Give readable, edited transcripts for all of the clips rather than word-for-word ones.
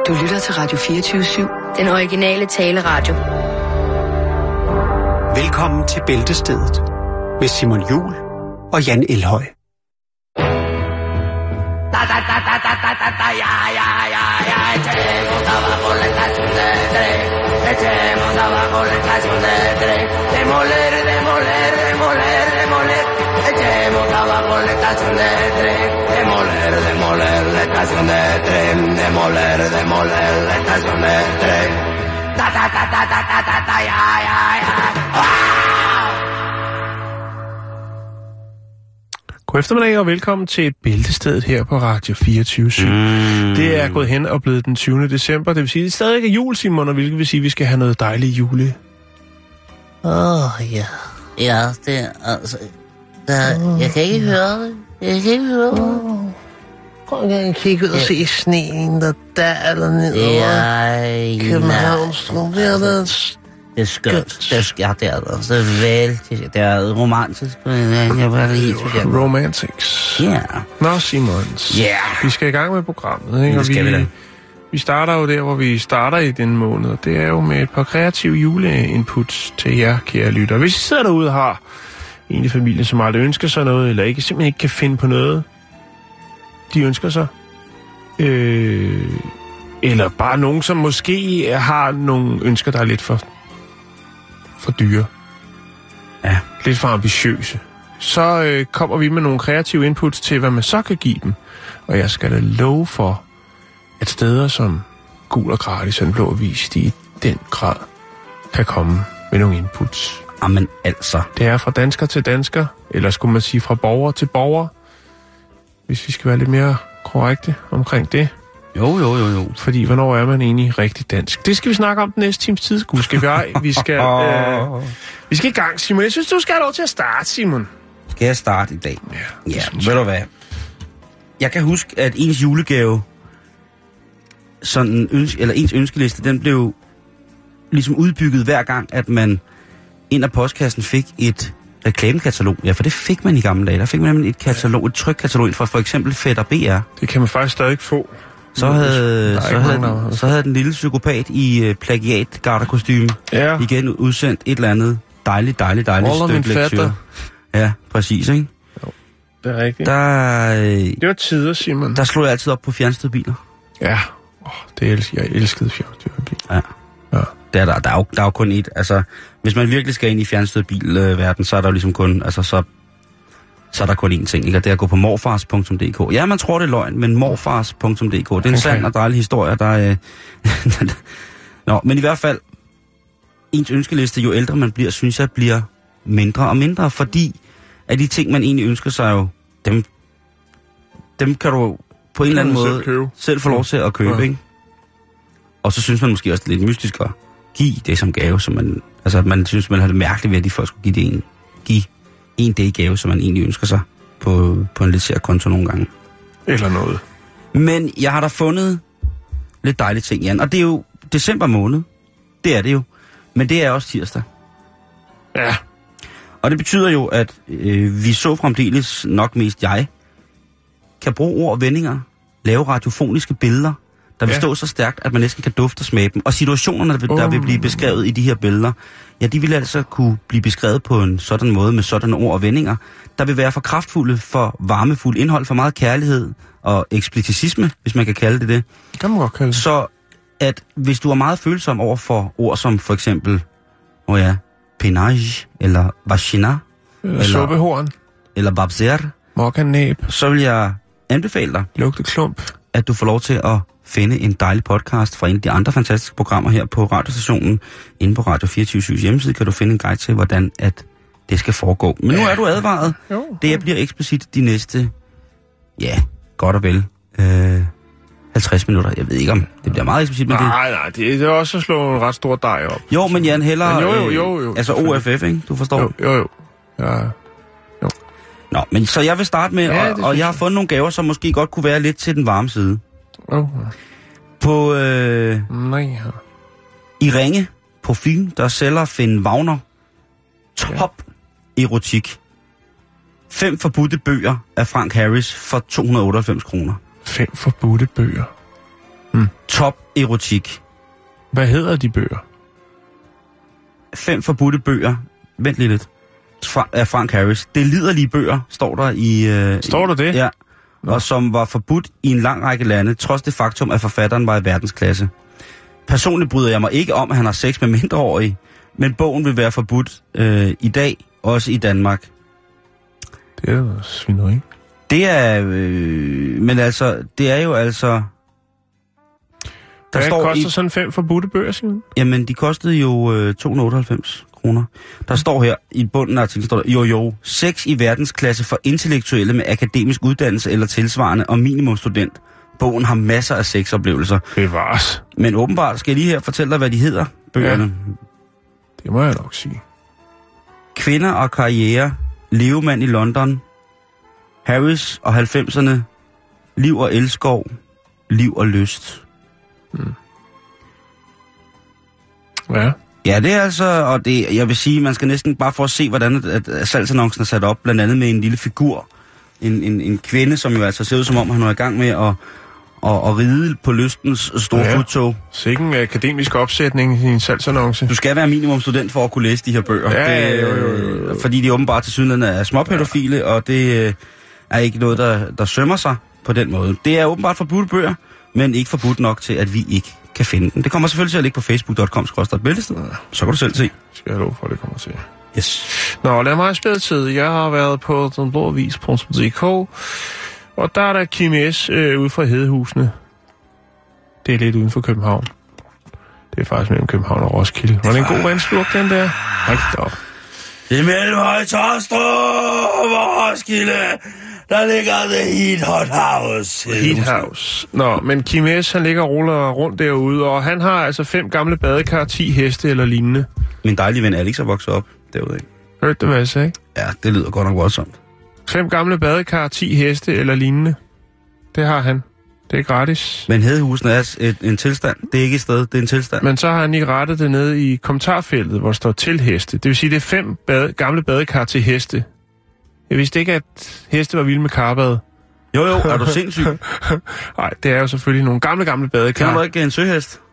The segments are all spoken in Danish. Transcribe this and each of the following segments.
Du lytter til Radio 24/7. Den originale taleradio. Velkommen til Bæltestedet med Simon Juhl og Jan Elhøj. Echemos abajo la estación de tren. Demoler, demoler, demoler, demoler. Echemos abajo la estación de tren. Demoler, demoler la estación de tren. Demoler, demoler la estación de tren. Ta ta ta ta ta ta ta ta ya ya ya. God eftermiddag og velkommen til Bæltestedet her på Radio 24/7. Det er gået hen og blevet den 20. december. Det vil sige, at det stadig ikke er jul, Simon, og hvilket vil sige, at vi skal have noget dejligt jule. Ja. Ja, det er altså... Jeg kan ikke høre det. Prøv lige at kigge ud og se sneen, der daler ned over Københavnstrøm. Det er skønt. Ja, det er der. Så vældig. Det er romantisk. Jeg var lige Romantics. Ja. Nå, Simons. Ja. Vi skal i gang med programmet, ikke? Det skal vi da. Vi starter jo der, hvor vi starter i den måned. Det er jo med et par kreative juleinputs til jer, kære lytter. Hvis I sidder derude og har en i familien, som aldrig ønsker sig noget, eller ikke simpelthen ikke kan finde på noget, de ønsker sig, eller bare nogen, som måske har nogle ønsker, der er lidt for dyre. Ja. Lidt for ambitiøse. Så kommer vi med nogle kreative inputs til, hvad man så kan give dem. Og jeg skal da love for, at steder som Gul og Gratis og Den Blå Avis, de i den grad kan komme med nogle inputs. Jamen altså. Det er fra dansker til dansker, eller skulle man sige fra borger til borger, hvis vi skal være lidt mere korrekte omkring det. Jo. Fordi, hvornår er man egentlig rigtig dansk? Det skal vi snakke om den næste times tid. Vi skal i gang, Simon. Jeg synes, du skal have lov til at starte, Simon. Skal jeg starte i dag? Ja, ved du hvad? Jeg kan huske, at ens julegave, sådan ens ønskeliste, den blev ligesom udbygget hver gang, at man ind af postkassen fik et reklamekatalog. Ja, for det fik man i gamle dage. Der fik man nemlig et katalog, et trykkatalog ind fra for eksempel Fætter BR. Det kan man faktisk stadig ikke få. Så havde den lille psykopat i plagiatgarderkostyme igen udsendt et eller andet dejligt stykke lektyr. Ja, præcis, ikke? Jo, det er rigtigt. Det var tider, Simon. Der slog jeg altid op på fjernstødbiler. Ja, jeg elskede fjernstødbiler. Ja. Der er jo kun et. Altså, hvis man virkelig skal ind i fjernstødbilverden, så er der jo ligesom kun, altså så er der kun én ting, ikke? Og det er at gå på morfars.dk. Ja, man tror, det er løgn, men morfars.dk, det er en sand og dejlig historie, der Nå, men i hvert fald, ens ønskeliste, jo ældre man bliver, synes jeg, bliver mindre og mindre, fordi at de ting, man egentlig ønsker sig jo, dem kan du på en eller anden måde selv få lov til at købe, ikke? Og så synes man måske også, det er lidt mystisk at give det som gave, som man synes, man har det mærkeligt ved, at de folk skulle give en dag gave, som man egentlig ønsker sig på en lidt sær konto nogle gange. Eller noget. Men jeg har da fundet lidt dejlige ting, Jan. Og det er jo december måned. Det er det jo. Men det er også tirsdag. Ja. Og det betyder jo, at vi så fremdeles, nok mest jeg, kan bruge ord og vendinger, lave radiofoniske billeder, der vil stå så stærkt, at man næsten kan dufte og smage dem. Og situationerne, der vil blive beskrevet i de her billeder, ja, de vil altså kunne blive beskrevet på en sådan måde med sådanne ord og vendinger, der vil være for kraftfulde, for varmefulde, indhold for meget kærlighed og eksplicitisme, hvis man kan kalde det det. Det kan man godt kalde det. Så at hvis du er meget følsom over for ord som for eksempel, penage, eller vagina, eller suppehorn, eller babser, mokkanæb, så vil jeg anbefale dig, lugteklump, at du får lov til at finde en dejlig podcast fra en af de andre fantastiske programmer her på radiostationen. Inde på Radio 24/7's hjemmeside kan du finde en guide til, hvordan at det skal foregå. Men nu er du advaret. Det bliver eksplicit de næste, godt og vel, 50 minutter. Jeg ved ikke, om det bliver meget eksplicit, men nej, det er også at slå en ret stor dej op. Jo, men Jan, hellere... Jo. Altså OFF, ikke? Du forstår? Jo. Ja. Nå, men så jeg vil starte med, og jeg har fundet nogle gaver, som måske godt kunne være lidt til den varme side. På i Ringe på Fyn, der sælger Finn Wagner top erotik. 5 forbudte bøger af Frank Harris for 298 kroner. 5 forbudte bøger? Top erotik. Hvad hedder de bøger? 5 forbudte bøger. Vent lige lidt. Af Frank Harris. Det er liderlige bøger, står der i... Står der det? Ja. Og som var forbudt i en lang række lande, trods det faktum, at forfatteren var i verdensklasse. Personligt bryder jeg mig ikke om, at han har sex med mindreårige, men bogen vil være forbudt i dag, også i Danmark. Det er jo svineri. Det er... men altså, det er jo altså... Hvad koster sådan 5 forbudte bøger, Simon? Jamen, de kostede jo 298 kroner. Der står her i bunden af artiklen, står der, sex i verdensklasse for intellektuelle med akademisk uddannelse eller tilsvarende og minimumstudent. Bogen har masser af sexoplevelser. Bevares. Men åbenbart skal jeg lige her fortælle dig, hvad de hedder, bøgerne. Ja, det må jeg nok sige. Kvinder og karriere, Levemand i London, Harris og 90'erne, Liv og elskov, Liv og lyst. Ja. Ja, det er altså, og det, jeg vil sige, man skal næsten bare for at se, hvordan at salgsannoncen er sat op, blandt andet med en lille figur, en kvinde, som jo altså ser ud som om, han er i gang med at ride på lystens store futtog. Sikke en akademisk opsætning i en salgsannonce. Du skal være minimumstudent for at kunne læse de her bøger. Ja, jo. Fordi de åbenbart til sydenlande er småpædofile, og det er ikke noget, der sømmer sig på den måde. Det er åbenbart forbudte bøger, men ikke forbudt nok til, at vi ikke kan finde den. Det kommer selvfølgelig til at ligge på facebook.com/bæltested. Så kan du selv se. Skal jeg love for, at det kommer til. Yes. Nå, lad mig spille tid. Jeg har været på denblåavis.dk, og der er der Kim S. Ude fra Hedehusene. Det er lidt uden for København. Det er faktisk mellem København og Roskilde. Var det en god vandsluk, den der? Hold da op. Imellem Høje-Taastrup og Roskilde, der ligger The Heat Hot House. Heat House. Nå, men Kim S. han ligger og ruller rundt derude, og han har altså 5 gamle badekar, 10 heste eller lignende. Min dejlige ven Alex er vokset op derude, ikke? Hørte du, hvad jeg sagde? Ja, det lyder godt nok voldsomt. 5 gamle badekar, 10 heste eller lignende. Det har han. Det er gratis. Men Hedehusen er en tilstand. Det er ikke et sted, det er en tilstand. Men så har han ikke rettet det nede i kommentarfeltet, hvor der står til heste. Det vil sige, det er 5 gamle badekar til heste. Jeg vidste ikke, at heste var vilde med karbad. Jo, er du sindssyg? Nej, det er jo selvfølgelig nogle gamle badekar. Kan du ikke en søhest?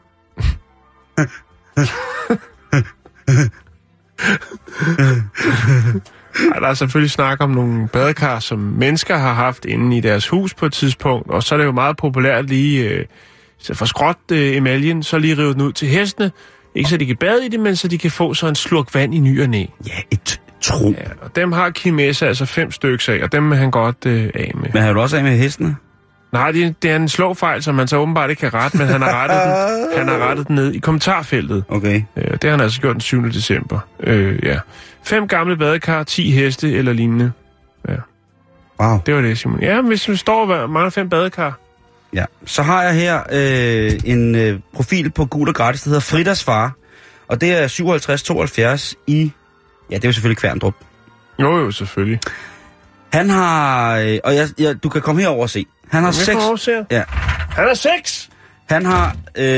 Ej, der er selvfølgelig snak om nogle badekar, som mennesker har haft inde i deres hus på et tidspunkt, og så er det jo meget populært lige for skråt emaljen, så lige rive den ud til hestene. Ikke så de kan bade i det, men så de kan få så en slurk vand i ny og næ. Ja, et tro. Ja, og dem har Kim S. altså 5 stykker af, og dem vil han godt af med. Men har du også af med hestene? Nej, det er en slåfejl, som man så åbenbart ikke kan rette, men han har rettet den ned i kommentarfeltet. Okay. Det har han altså gjort den 7. december. Ja. 5 gamle badekar, 10 heste eller lignende. Ja. Wow. Det var det, Simon. Ja, hvis du står og mangler 5 badekar. Ja, så har jeg her en profil på Gul og Gratis, der hedder Fridas far. Og det er 5772 i... Ja, det er jo selvfølgelig Kværndrup. Jo, selvfølgelig. Han har... Og du kan komme herover og se. Han har 6... Ja. Han har 6! Han har...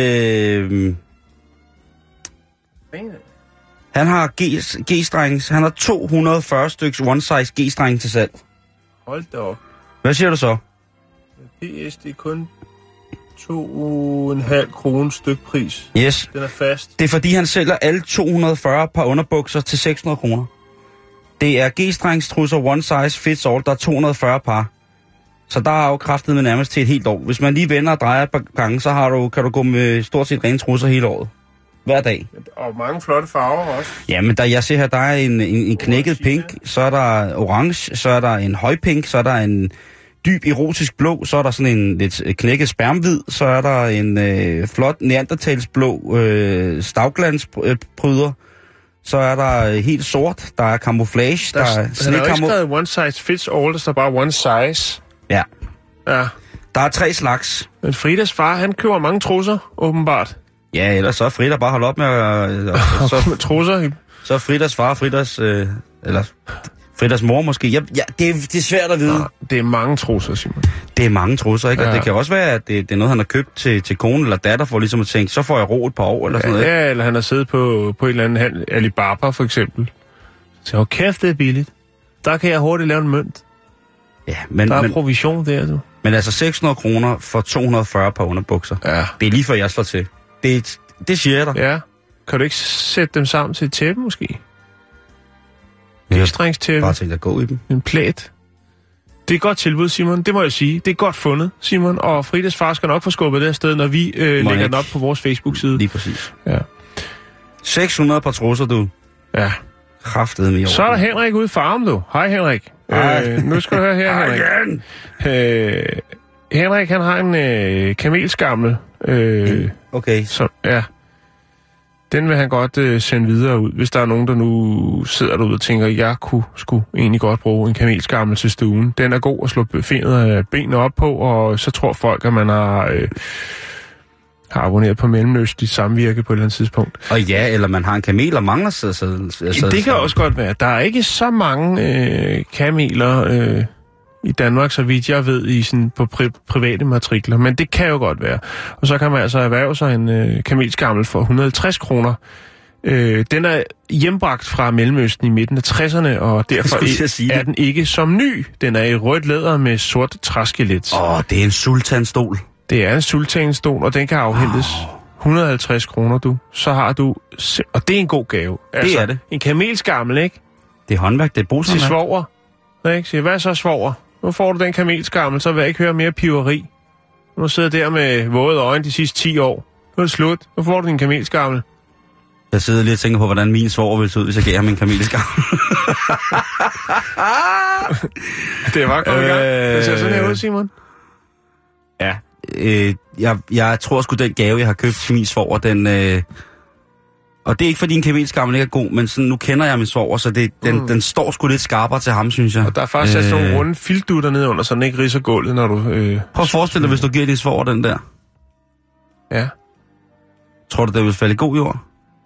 Han har G-strengs. Han har 240 styks one-size G-streng til salg. Hold da op. Hvad siger du så? PS, det er kun 2,5 kroner stykpris. Yes. Den er fast. Det er fordi, han sælger alle 240 par underbukser til 600 kroner. Det er G-strengs trusser one size fits all. Der er 240 par. Så der er jo kraftet med nærmest til et helt år. Hvis man lige vender og drejer et par gange, så kan du gå med stort set rene trusser hele året. Hver dag. Og mange flotte farver også. Ja, men jeg ser her, der er en knækket pink, så er der orange, så er der en højpink, så er der en dyb erotisk blå, så er der sådan en lidt knækket spermhvid, så er der en flot neandertalsblå stavglanspryder, så er der helt sort, der er camouflage, der er snekamo. Han har ikke skrevet one size fits all, der står bare one size. Ja. Ja. Der er 3 slags. Men Fridas far, han køber mange trusser, åbenbart. Ja, ellers så er Frida bare holdt op med at... Så trusser. Så er Fridas far, eller Fridas mor måske. Ja, det er svært at vide. Ja, det er mange trusser, Simon. Det er mange trusser, ikke? Ja. Og det kan også være, at det er noget, han har købt til kone eller datter, for ligesom at tænke, så får jeg ro et par år, eller sådan noget. Ja, eller han har siddet på et eller andet Alibaba, for eksempel. Så kæft, det er billigt. Der kan jeg hurtigt lave en mønt. Ja, men... Der er provision der, du. Men altså 600 kroner for 240 par underbukser. Ja. Det er lige før jeg slår til. Det siger jeg dig. Ja. Kan du ikke sætte dem sammen til et tæppe, måske? G-strengstæppe. Bare tænk dig at gå i dem. En plæt. Det er et godt tilbud, Simon. Det må jeg sige. Det er godt fundet, Simon. Og Fridas far skal nok få skubbet det afsted, når vi lægger den op på vores Facebook-side. Lige præcis. Ja. 600 par trusser, du. Ja. Kraftedeme i orden. Så er der Henrik ude i farmen, du. Hej, Henrik. Nu skal du høre her, Henrik. Henrik, han har en kamelskammel. Okay. Ja. Den vil han godt sende videre ud, hvis der er nogen, der nu sidder derude og tænker, jeg skulle egentlig godt bruge en kamelskammel til stuen. Den er god at slå benene op på, og så tror folk, at man har abonneret på Mellemøstligt Samvirke på et eller andet tidspunkt. Og ja, eller man har en kamel og mangler så det kan også godt være. Der er ikke så mange kameler i Danmark, så vidt jeg ved, i sådan på private matrikler, men det kan jo godt være. Og så kan man altså erhverve sig en kamelskammel for 150 kroner. Den er hjembragt fra Mellemøsten i midten af 60'erne, og derfor er den ikke som ny. Den er i rødt læder med sort træskelet. Det er en sultanstol. Det er en sultanstol, og den kan afhentes 150 kroner, du. Så har du... Og det er en god gave. Altså, det er det. En kamelskammel, ikke? Det er håndværk, det er brugshåndværk. Til svoger. Ikke? Siger, hvad så svoger? Nu får du den kamelskammel, så vil jeg ikke høre mere piveri. Nu sidder der med våde øjne de sidste 10 år. Nu er det slut. Nu får du din kamelskammel. Jeg sidder lige og tænker på, hvordan min svoger ville se ud, hvis jeg gav ham en kamelskammel. Det var godt i gang. Det ser sådan her ud, Simon. Ja. Jeg tror sgu, den gave, jeg har købt til min svoger, den... Og det er ikke, fordi en kamelskammel ikke er god, men sådan, nu kender jeg min svoger, så den står sgu lidt skarpere til ham, synes jeg. Og der er faktisk sådan nogle runde filtdutter ned under, så den ikke ridser gulvet, når du... Prøv at forestille dig, hvis du giver din svoger den der. Ja. Tror du, det vil falde i god jord?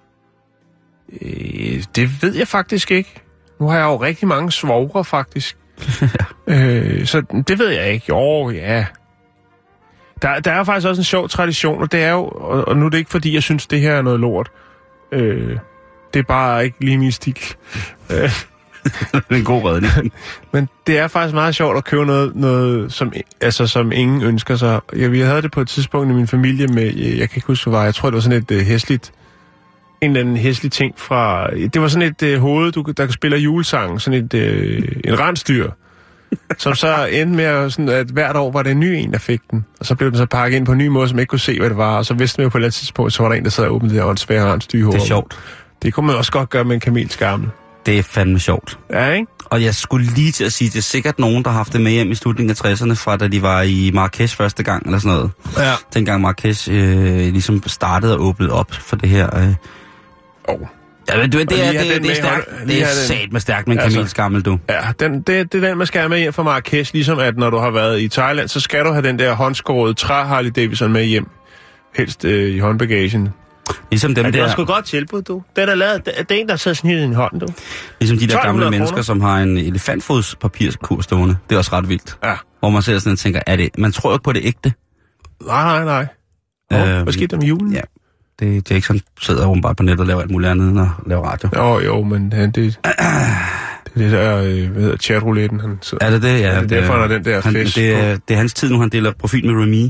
Det ved jeg faktisk ikke. Nu har jeg jo rigtig mange svogre, faktisk. Så det ved jeg ikke. Ja. Der er faktisk også en sjov tradition, og det er jo... Og nu er det ikke, fordi jeg synes, det her er noget lort. Det er bare ikke lige min stil. Det er en god redning. Men det er faktisk meget sjovt at købe noget som ingen ønsker sig. Vi havde det på et tidspunkt i min familie med... Jeg kan ikke huske, hvad jeg tror, det var sådan et hæsligt... En eller anden hæslig ting fra... Det var sådan et hoved, der spiller julesangen. Sådan en rensdyr. Som så endte med, sådan, at hvert år var det en ny en, der fik den. Og så blev den så pakket ind på en ny måde, som ikke kunne se, hvad det var. Og så vidste man jo på et eller andet tidspunkt, så var der en, der sad og åbnede det åndsvære rensdyrhoved. Det er sjovt. Det kunne man også godt gøre med en kamelskammel. Det er fandme sjovt. Ja, ikke? Og jeg skulle lige til at sige, det er sikkert nogen, der har haft det med hjem i slutningen af 60'erne, fra da de var i Marrakesh første gang, eller sådan noget. Ja. Dengang Marrakesh ligesom startede og åbnede op for det her... Ja, men det er stærkt. Det er sat med stærkt med en kamelskammel, du. Ja, det er den, man skal have med hjem fra Marrakesh, ligesom at når du har været i Thailand, så skal du have den der håndskårede træ Harley Davidson med hjem. Helst i håndbagagen. Ligesom dem det er der... sgu godt tilbud, du. Det er lavet, det er en, der sidder sådan i en hånd, du. Ligesom de der gamle mennesker, som har en elefantfodspapirskur stående. Det er også ret vildt. Ja. Hvor man ser sådan og tænker, man tror jo ikke på det ægte. Nej. Hvad skete der med julen? Ja. Det er ikke sådan, sidder hun bare på nettet og laver alt muligt andet, og laver radio. Jo, men det der, hvad hedder chatrouletten, han sidder. Er det det? Ja. Det er derfor, han er den der fest. Det er hans tid nu, han deler profil med Remy.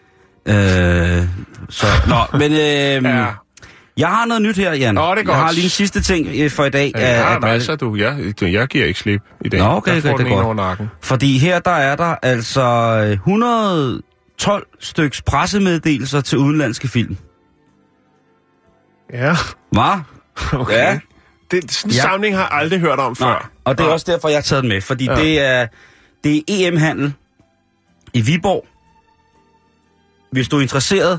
Ja. Jeg har noget nyt her, Jan. Det er godt. Jeg har lige en sidste ting for i dag. Jeg har masser, du. Jeg giver ikke slip i dag. Nå, okay, jeg får det den er over nakken. Fordi her, der er der altså 112 styks pressemeddelelser til udenlandske film. Ja. Hvad? Okay. Ja. Sådan en samling har jeg aldrig hørt om før. Nej. Og det er også derfor, jeg har taget den med. Fordi det er EM-handel i Viborg. Hvis du er interesseret,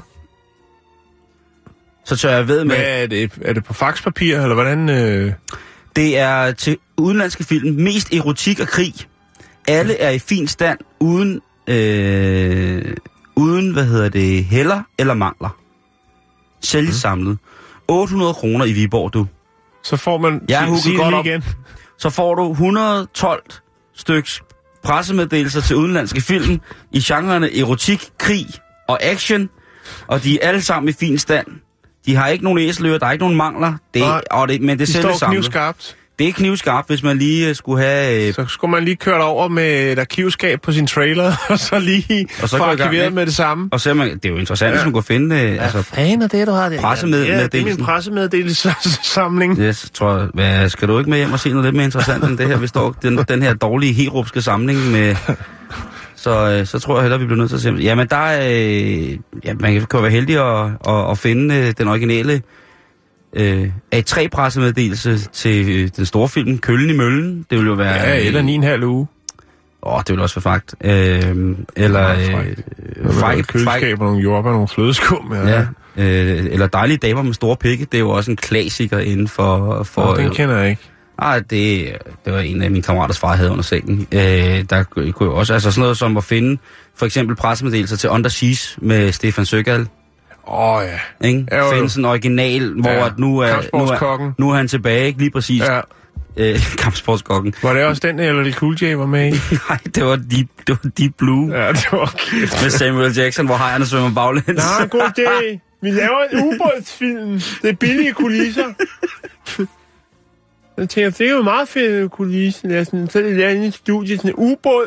så tør jeg ved med... Hvad er det på faxpapir, eller hvordan? Det er til udenlandske film. Mest erotik og krig. Alle er i fin stand, uden heller eller mangler. Samlet. 800 kroner i Viborg, du. Så får man... igen. Så får du 112 styks pressemeddelelser til udenlandske film i genrerne erotik, krig og action. Og de er alle sammen i fin stand. De har ikke nogen æselører, der er ikke nogen mangler. Men det er selv står knivskarpt. Det er knivskarpt, hvis man lige skulle have... Så skulle man lige køre over med et arkivskab på sin trailer, og så lige få arkiveret med det samme. Og så det er jo interessant, hvis man kunne finde... Hvad fanden er det, du har det? Pressemeddelelsen. Det er min pressemeddelelsessamling. Yes, tror jeg. Skal du ikke med hjem og se noget lidt mere interessant end det her? Vi står den her dårlige herupske samling med... Så tror jeg hellere, vi bliver nødt til at se... Jamen, der er... man kan jo være heldig at finde den originale... A3-pressemeddelelse til den store film Køllen i Møllen. Det vil jo være... Ja, eller 9,5 uge. Det vil også være fakt. Eller... Køleskab og nogle jordbær og nogle flødeskum. Ja. Eller Dejlige damer med store pikke. Det er jo også en klassiker inden for den kender jeg ikke. Det var en af mine kammeraters far havde under sengen. Der kunne jo også... Altså sådan noget som at finde for eksempel pressemeddelelser til Under Siege med Stefan Søgaard. Ja. Ikke? Findes en original, hvor at nu er han tilbage, ikke lige præcis. Ja. Kampsportskokken. Var det også den, eller det Cool J var med i? Nej, det var Deep Blue. Ja, det var okay. Med Samuel Jackson, hvor hejerne svømmer baglæns. Nej, god idé. Vi laver en ubådsfilm. Det er billige kulisser. Jeg tænker, det er jo meget fedt kulissen. Så er det der inde i studiet, sådan en ubåd.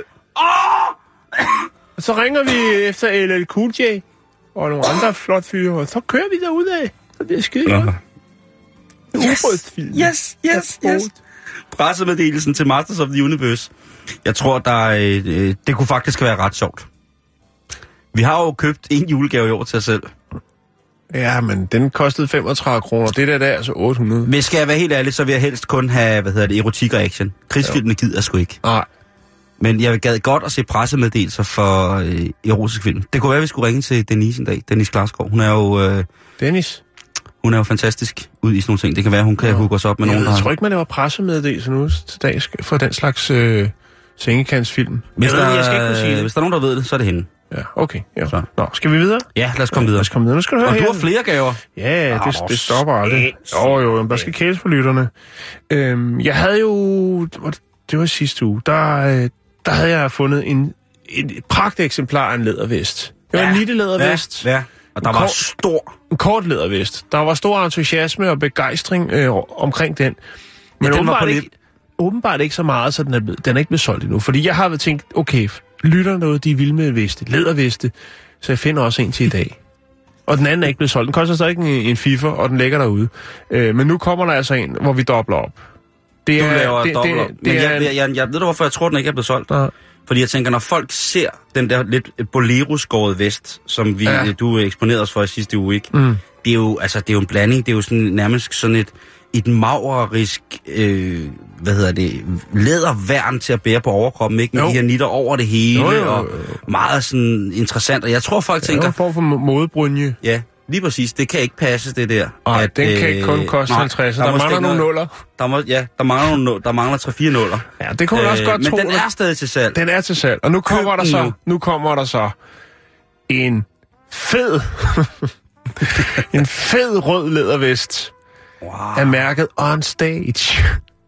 Og så ringer vi efter LL Cool J og nogle andre flot fyre, og så kører vi derudad. Så bliver det skide godt. Ubådsfilm. Yes. Pressemeddelelsen til Masters of the Universe. Jeg tror, det kunne faktisk være ret sjovt. Vi har jo købt en julegave i år til os selv. Ja, men den kostede 35 kroner. Det der er altså 800. Hvis skal jeg være helt ærlig, så vil jeg helst kun have, erotik og action. Krigsfilmene gider jeg sgu ikke. Nej. Men jeg gad godt at se pressemeddelelser for erotisk film. Det kunne være, at vi skulle ringe til Denise en dag. Denise Klarskov. Hun er jo... Dennis? Hun er jo fantastisk ud i sådan nogle ting. Det kan være, hun kan hugge os op med nogen, der... Jeg tror ikke, man laver pressemeddelelser nu til dag for den slags sengekantsfilm. Jeg skal ikke kunne sige det. Hvis der er nogen, der ved det, så er det hende. Ja, okay. Ja. Nå, skal vi videre? Ja, lad os komme videre. Nu skal du høre og her. Du har flere gaver. Ja, det stopper aldrig. Jo, der skal kæles for lytterne. Jeg havde jo... Det var sidste uge. Der havde jeg fundet et pragteksemplar af en lædervest. Det var en lille lædervest. Ja. Og der var en kort lædervest. Der var stor entusiasme og begejstring omkring den. Men åbenbart ikke så meget, så den er ikke blevet solgt endnu. Fordi jeg har tænkt, okay, lytter noget, de vil med læderveste, så jeg finder også en til i dag. Og den anden er ikke blevet solgt. Den koster stadig en FIFA, og den ligger derude. Men nu kommer der altså en, hvor vi dobler op. Jeg ved da, hvorfor jeg tror, den ikke er blevet solgt. Ja. Fordi jeg tænker, når folk ser den der lidt bolero-skåret vest, som du eksponerede os for i sidste uge, ikke? Mm. Det er jo en blanding. Det er jo sådan, nærmest sådan et maurerisk, læderværn til at bære på overkroppen, ikke? Med de her nitter over det hele, og meget sådan interessant. Og jeg tror, folk tænker... Det er en form for modebrynje. Ja, lige præcis. Det kan ikke passe, det der. Nej, den kan ikke kun koste 50. Der mangler nogle nuller. Der mangler 3-4 nuller. Ja, det kunne man også godt tro. Men den er stadig til salg. Den er til salg. Og nu kommer der så en fed... en fed rød lædervest. Wow. Er mærket on stage.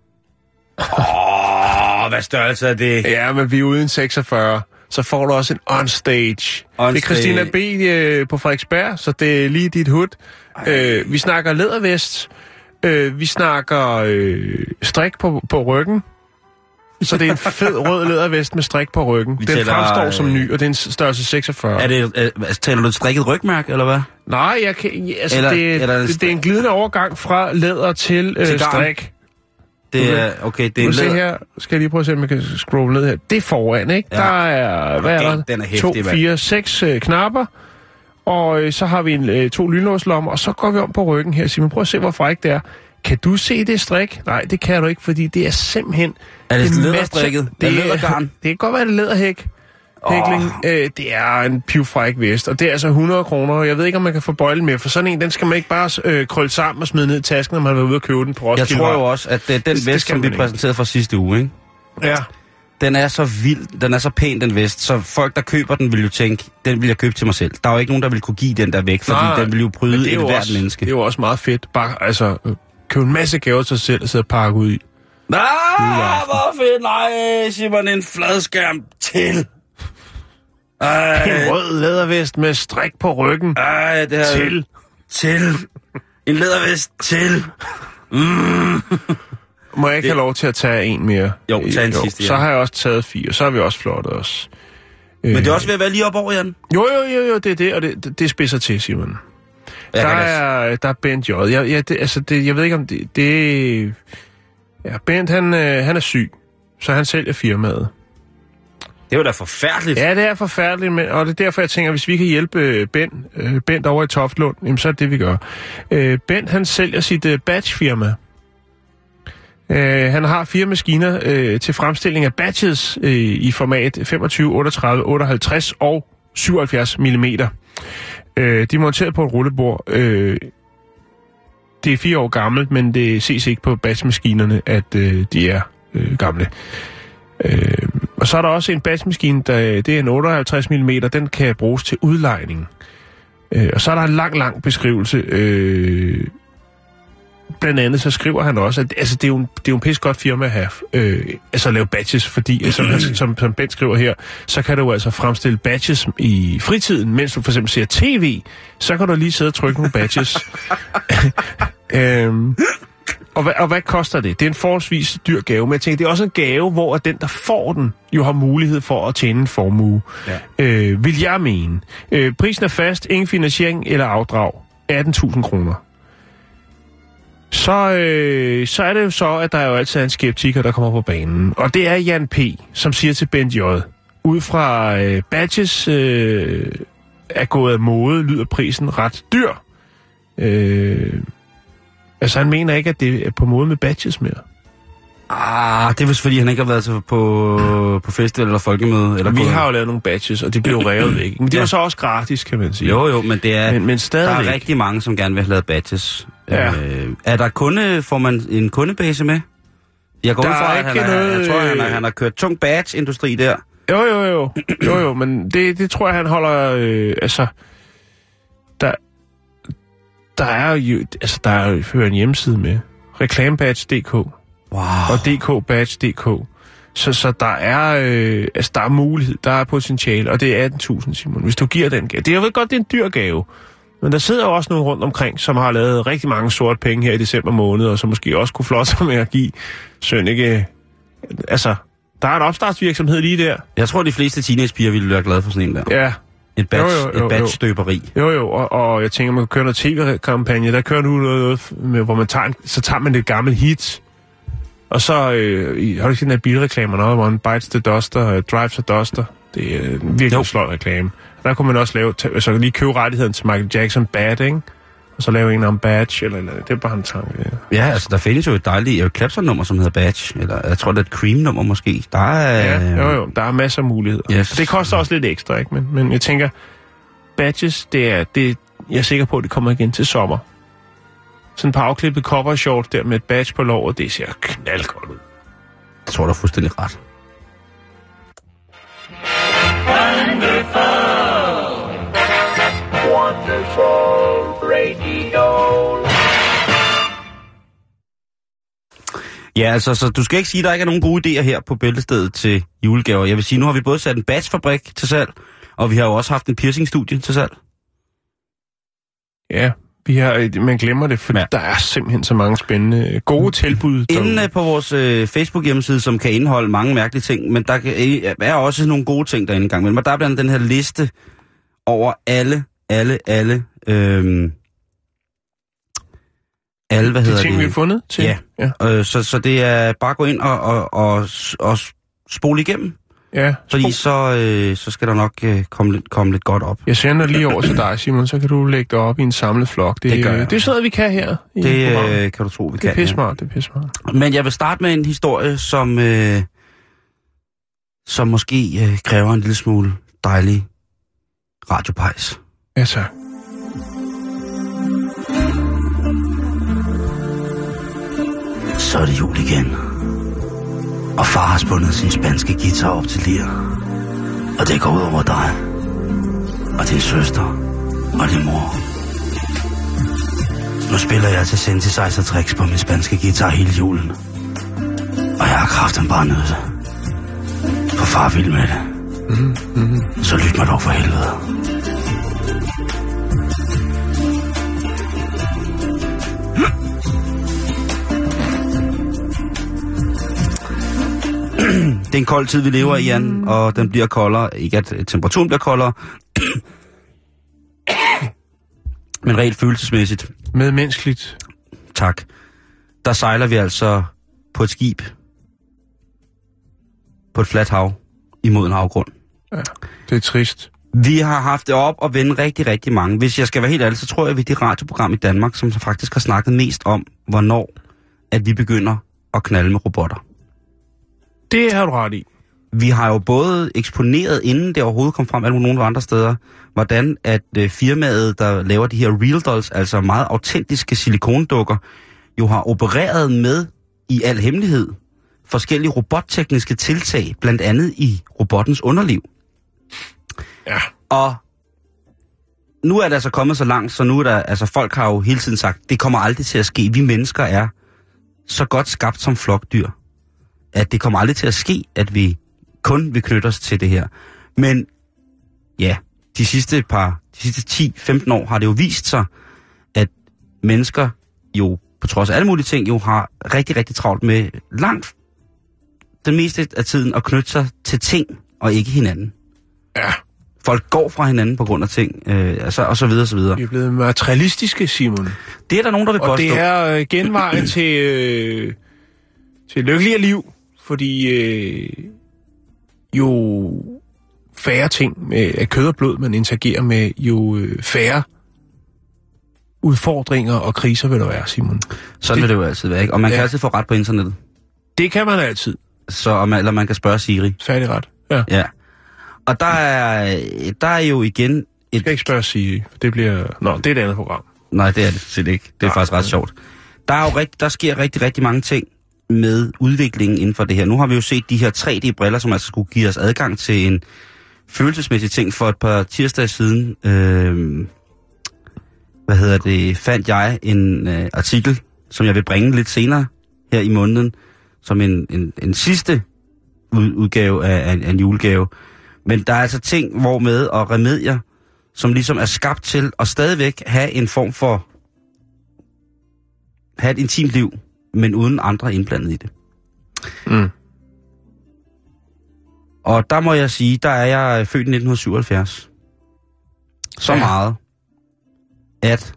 Hvad størrelse er det? Ja, men vi er uden 46. Så får du også en on stage. Det er Christina B. På Frederiksberg, så det er lige dit hud. Vi snakker lædervest. Vi snakker strik på ryggen. Så det er en fed rød lædervest med strik på ryggen. Den fremstår som ny, og det er en størrelse 46. Taler du et strikket rygmærke, eller hvad? Nej, det er en glidende overgang fra læder til strik. Det er, okay, det er læder. Se her, skal jeg lige prøve at se, om jeg kan scrolle ned her. Det er foran, ikke? Ja. Der er, hvad er der? Den er hæftig, 2, 4, 6 knapper. Og så har vi 2 lynlåslommer, og så går vi om på ryggen her. Simon, prøv at se, hvor frækt det er. Kan du se det strik? Nej, det kan du ikke, fordi det er simpelthen... Er det læderstrikket? Det er lædergarn? Det kan godt være, det er læderhæk. Det er en pivfræk vest, og det er altså 100 kroner. Jeg ved ikke, om man kan få bøjlen med, for sådan en, den skal man ikke bare krølle sammen og smide ned i tasken, når man har været ude og købe den på Roskilde. Jeg tror jo også, at den vest, som vi præsenterede fra sidste uge, ikke? Ja. Den er så vild, den er så pæn, den vest, så folk, der køber den, vil jo tænke, den vil jeg købe til mig selv. Der er jo ikke nogen, der vil kunne give den der væk, fordi den vil jo bryde et hvert menneske. Det er jo også meget fedt. Bare, købe en masse gaver til sig selv og sidde og pakke ud i. Hvor fedt. Nej, Simon, en fladskærm til. En rød lædervest med strik på ryggen. Det her... Til. En lædervest til. Må jeg ikke have lov til at tage en mere? Jo, tag en sidste, ja. Så har jeg også taget 4, så har vi også flottet os. Men det er også ved at være lige op over, Jan. Jo, det er det, og det spidser til, Simon. Der er Bent J. Jeg ved ikke om det... Ja, Bent, han er syg, så han sælger firmaet. Det er jo da forfærdeligt. Ja, det er forfærdeligt, og det er derfor, jeg tænker, hvis vi kan hjælpe Bent over i Toftlund, jamen, så er det, vi gør. Bent, han sælger sit batchfirma. Han har 4 maskiner til fremstilling af batches i format 25, 38, 58 og 77 mm. De er monteret på et rullebord. Det er 4 år gammelt, men det ses ikke på batchmaskinerne, at de er gamle. Og så er der også en batchmaskine, det er en 58 mm, den kan bruges til udlejning. Og så er der en lang beskrivelse. Blandt andet så skriver han også, at det er jo en pisse godt firma at have, at lave batches, fordi som Bent skriver her, så kan du altså fremstille batches i fritiden, mens du for eksempel ser tv, så kan du lige sidde og trykke nogle batches. Og hvad koster det? Det er en forholdsvis dyr gave, men jeg tænker, det er også en gave, hvor den, der får den, jo har mulighed for at tjene en formue. Ja. Vil jeg mene. Prisen er fast, ingen finansiering eller afdrag. 18.000 kroner. Så er det jo så, at der jo altid er en skeptiker, der kommer på banen. Og det er Jan P., som siger til Bent J. Ud fra batches er gået af mode, lyder prisen ret dyr. Altså, han mener ikke, at det er på mode med badges mere. Det er vist fordi, han ikke har været på festival eller folkemøde. Eller vi har jo lavet nogle badges, og det blev revet væk. Men det var så også gratis, kan man sige. Jo, men det er... Men stadigvæk. Der er rigtig mange, som gerne vil have lavet badges. Ja. Er der får man en kundebase med? Jeg går ud fra, at han har kørt tung badge-industri der. Jo, men det tror jeg, han holder... Der er jo en hjemmeside med. Reklamebadge.dk. Wow. Og dkbadge.dk. Så der er, der er mulighed, der er potentiale, og det er 18.000, Simon, hvis du giver den gave. Jeg ved godt, det er en dyr gave, men der sidder jo også nogen rundt omkring, som har lavet rigtig mange sorte penge her i december måned, og som måske også kunne flotte sig med at give Sønneke. Altså, der er en opstartsvirksomhed lige der. Jeg tror, de fleste teenagepiger ville være glade for sådan en der. Ja. Et badge-støberi. Jo, og jeg tænker, man kan køre noget tv-kampagne. Der kører nu noget med, hvor man tager man det gamle hit, og så har du ikke set den her bilreklamer, hvor man bites the duster, drives the duster. Det er virkelig sløjt reklame. Der kunne man også lave, så lige købe rettigheden til Michael Jackson Bad, ikke? Og så lave en om Badge, eller det er bare en tanke. Ja, altså der findes jo et dejligt Clapton-nummer, som hedder Badge, eller jeg tror, det er et Cream-nummer måske. Der er... Jo, der er masser af muligheder. Yes. Det koster også lidt ekstra, ikke? Men jeg tænker, Badges, jeg er sikker på, at det kommer igen til sommer. Sådan et par afklippet cover short der med et badge på låret, det ser knaldgodt ud. Jeg tror, du er fuldstændig ret. Wonderful radio. Ja, altså, så du skal ikke sige, at der ikke er nogen gode idéer her på Bæltestedet til julegaver. Jeg vil sige, nu har vi både sat en badgefabrik til salg, og vi har jo også haft en piercingstudie til salg. Ja, man glemmer det, for der er simpelthen så mange spændende, gode tilbud. Inde på vores Facebook-hjemmeside, som kan indeholde mange mærkelige ting, men der er også nogle gode ting derinde engang. Men der er blandt andet den her liste over alle, hvad hedder det? Ting, vi har fundet til? Ja. Så det er bare at gå ind og spole igennem. Ja. Fordi så skal der nok komme lidt godt op. Jeg sender lige over til dig, Simon, så kan du lægge det op i en samlet flok. Det er sådan noget, vi kan her. Det kan du tro, vi kan. Det er pissmart. Men jeg vil starte med en historie, som måske kræver en lille smule dejlig radiopejs. Ja, tak. Så er det jul igen. Og far har spundet sin spanske guitar op til lir. Og det går ud over dig. Og din søster. Og din mor. Nu spiller jeg til synthesizer tricks på min spanske guitar hele julen. Og jeg har kraften bare nødt. For far vil med det. Så lyt mig dog for helvede. kold tid, vi lever i, Jan, og den bliver koldere. Ikke at temperaturen bliver koldere, men rent følelsesmæssigt. Medmenneskeligt. Tak. Der sejler vi altså på et skib på et fladt hav imod en afgrund. Ja, det er trist. Vi har haft det op og vende rigtig, rigtig mange. Hvis jeg skal være helt ærlig, så tror jeg, at vi er det radioprogram i Danmark, som så faktisk har snakket mest om, hvornår at vi begynder at knalde med robotter. Det har du ret i. Vi har jo både eksponeret, inden det overhovedet kom frem alle nogle andre steder, hvordan at firmaet, der laver de her real dolls, altså meget autentiske silikondukker, jo har opereret med i al hemmelighed forskellige robottekniske tiltag, blandt andet i robottens underliv. Ja. Og nu er det altså kommet så langt, så nu er der, altså folk har jo hele tiden sagt, det kommer aldrig til at ske. Vi mennesker er så godt skabt som flokdyr, at det kommer aldrig til at ske, at vi kun vil knytte os til det her. Men ja, de sidste 10-15 år har det jo vist sig, at mennesker jo, på trods af alle mulige ting, jo har rigtig, rigtig travlt med langt den meste af tiden at knytte sig til ting, og ikke hinanden. Ja. Folk går fra hinanden på grund af ting, og så videre, så videre. Vi er blevet materialistiske, Simon. Det er der nogen, der vil påstå. Og det er genvejen til lykkeligere liv, fordi jo færre ting af kød og blod, man interagerer med, jo færre udfordringer og kriser vil der være, Simon. Sådan vil det jo altid være, ikke? Og man kan altid få ret på internettet. Det kan man altid. Eller man kan spørge Siri. Færdig ret. Ja. Og der er jo igen... Jeg skal ikke spørge Siri, for det bliver... Nå, det er et andet program. Nej, det er det set ikke. Det er faktisk ret sjovt. Der sker rigtig, rigtig mange ting med udviklingen inden for det her. Nu har vi jo set de her 3D-briller, som altså skulle give os adgang til en følelsesmæssig ting. For et par tirsdage siden fandt jeg en artikel, som jeg vil bringe lidt senere her i måneden, som en sidste udgave af en julegave. Men der er altså ting, hvormed og remedier, som ligesom er skabt til at stadigvæk have en form for... have et intimt liv, men uden andre indblandet i det. Mm. Og der må jeg sige, der er jeg født i 1977. Så meget, at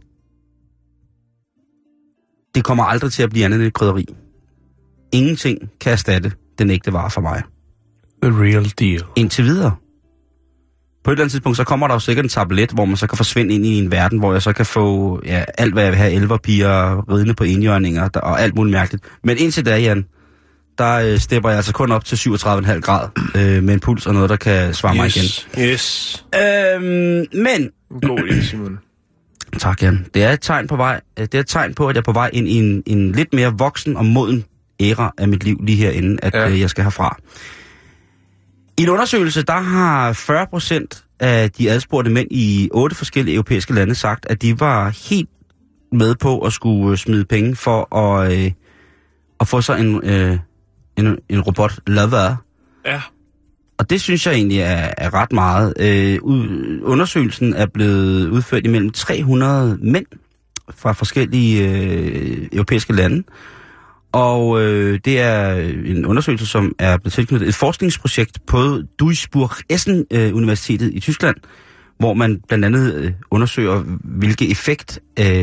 det kommer aldrig til at blive andet end et krydderi. Ingenting kan erstatte den ægte vare for mig. The real deal. Indtil videre. På et eller andet tidspunkt, så kommer der jo sikkert en tablet, hvor man så kan forsvinde ind i en verden, hvor jeg så kan få alt, hvad jeg vil have, elverpiger, ridende på indjørninger og alt muligt mærkeligt. Men indtil da, Jan, der stepper jeg altså kun op til 37,5 grad med en puls og noget, der kan svare mig igen. Yes. Men... God idé, Simon. Tak, Jan. Det er et tegn på vej. Det er et tegn på, at jeg er på vej ind i en lidt mere voksen og moden æra af mit liv lige herinde, at jeg skal herfra. I en undersøgelse, der har 40% af de adspurgte mænd i 8 forskellige europæiske lande sagt, at de var helt med på at skulle smide penge for at få sig en robot lover. Ja. Og det synes jeg egentlig er ret meget. Undersøgelsen er blevet udført imellem 300 mænd fra forskellige europæiske lande. Og det er en undersøgelse, som er blevet tilknyttet et forskningsprojekt på Duisburg-Essen Universitetet i Tyskland, hvor man blandt andet undersøger, hvilke effekt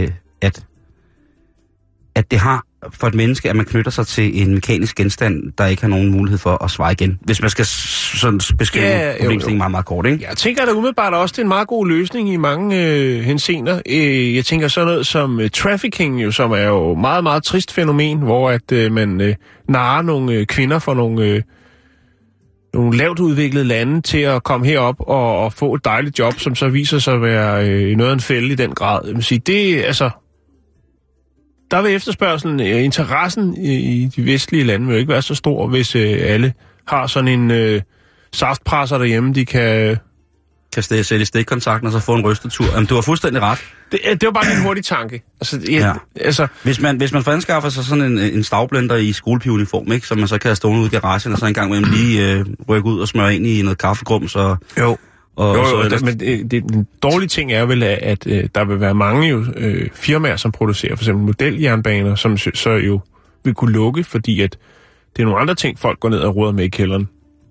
at det har for et menneske, at man knytter sig til en mekanisk genstand, der ikke har nogen mulighed for at svare igen. Hvis man skal sådan beskrive problemstillingen meget, meget kort, ikke? Jeg tænker da umiddelbart også, det er en meget god løsning i mange henseender. Jeg tænker sådan noget som trafficking, jo, som er jo meget, meget trist fænomen, hvor at man narrer nogle kvinder fra nogle lavt udviklede lande til at komme herop og få et dejligt job, som så viser sig at være noget af en fælde i den grad. Jeg vil sige, det altså... Der vil efterspørgselen, interessen i de vestlige lande vil jo ikke være så stor, hvis alle har sådan en saftpresser derhjemme, de kan sætte stikkontakten og så få en rystetur. Jamen, du har fuldstændig ret. Det var bare en hurtig tanke. Altså, Hvis man foranskaffer sig sådan en stavblender i skolepigeuniform, ikke, som man så kan stående ude i garagen, og så en gang med lige rykke ud og smøre ind i noget kaffegrums og... Jo. Men den dårlige ting er vel, at der vil være mange firmaer, som producerer for eksempel modeljernbaner, som så jo vil kunne lukke, fordi at det er nogle andre ting, folk går ned og roder med i kælderen.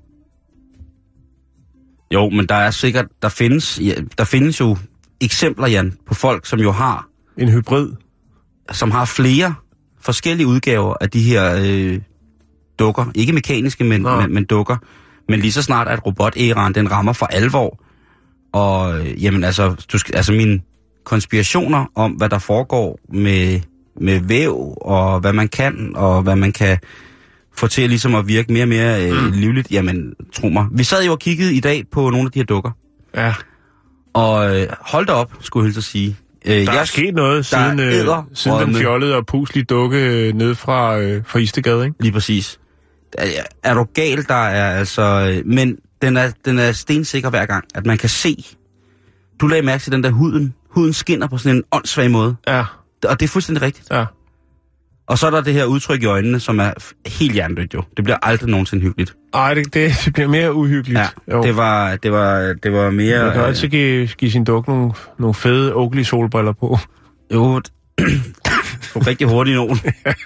Jo, men der er sikkert, der findes jo eksempler, Jan, på folk, som jo har... En hybrid. Som har flere forskellige udgaver af de her dukker. Ikke mekaniske, men dukker. Men lige så snart, at robot-æraen, den rammer for alvor. Og jamen altså mine konspirationer om, hvad der foregår med væv, og hvad man kan, og hvad man kan få til ligesom at virke mere og mere livligt, jamen tro mig. Vi sad jo og kiggede i dag på nogle af de her dukker. Ja. Og hold da op, skulle jeg hilse at sige. Der er sket noget siden den fjollede og puslige dukke ned fra Istegade, ikke? Lige præcis. Er du gal, der er altså... Men den er stensikker hver gang, at man kan se... Du lagde mærke til den der huden. Huden skinner på sådan en åndssvag måde. Ja. Og det er fuldstændig rigtigt. Ja. Og så er der det her udtryk i øjnene, som er helt hjernedødt jo. Det bliver aldrig nogensinde hyggeligt. Ej, det bliver mere uhyggeligt. Ja, jo. Det var mere... Man kan altid give sin dukke nogle fede Oakley solbriller på. Jo, du er rigtig hurtigt nogen.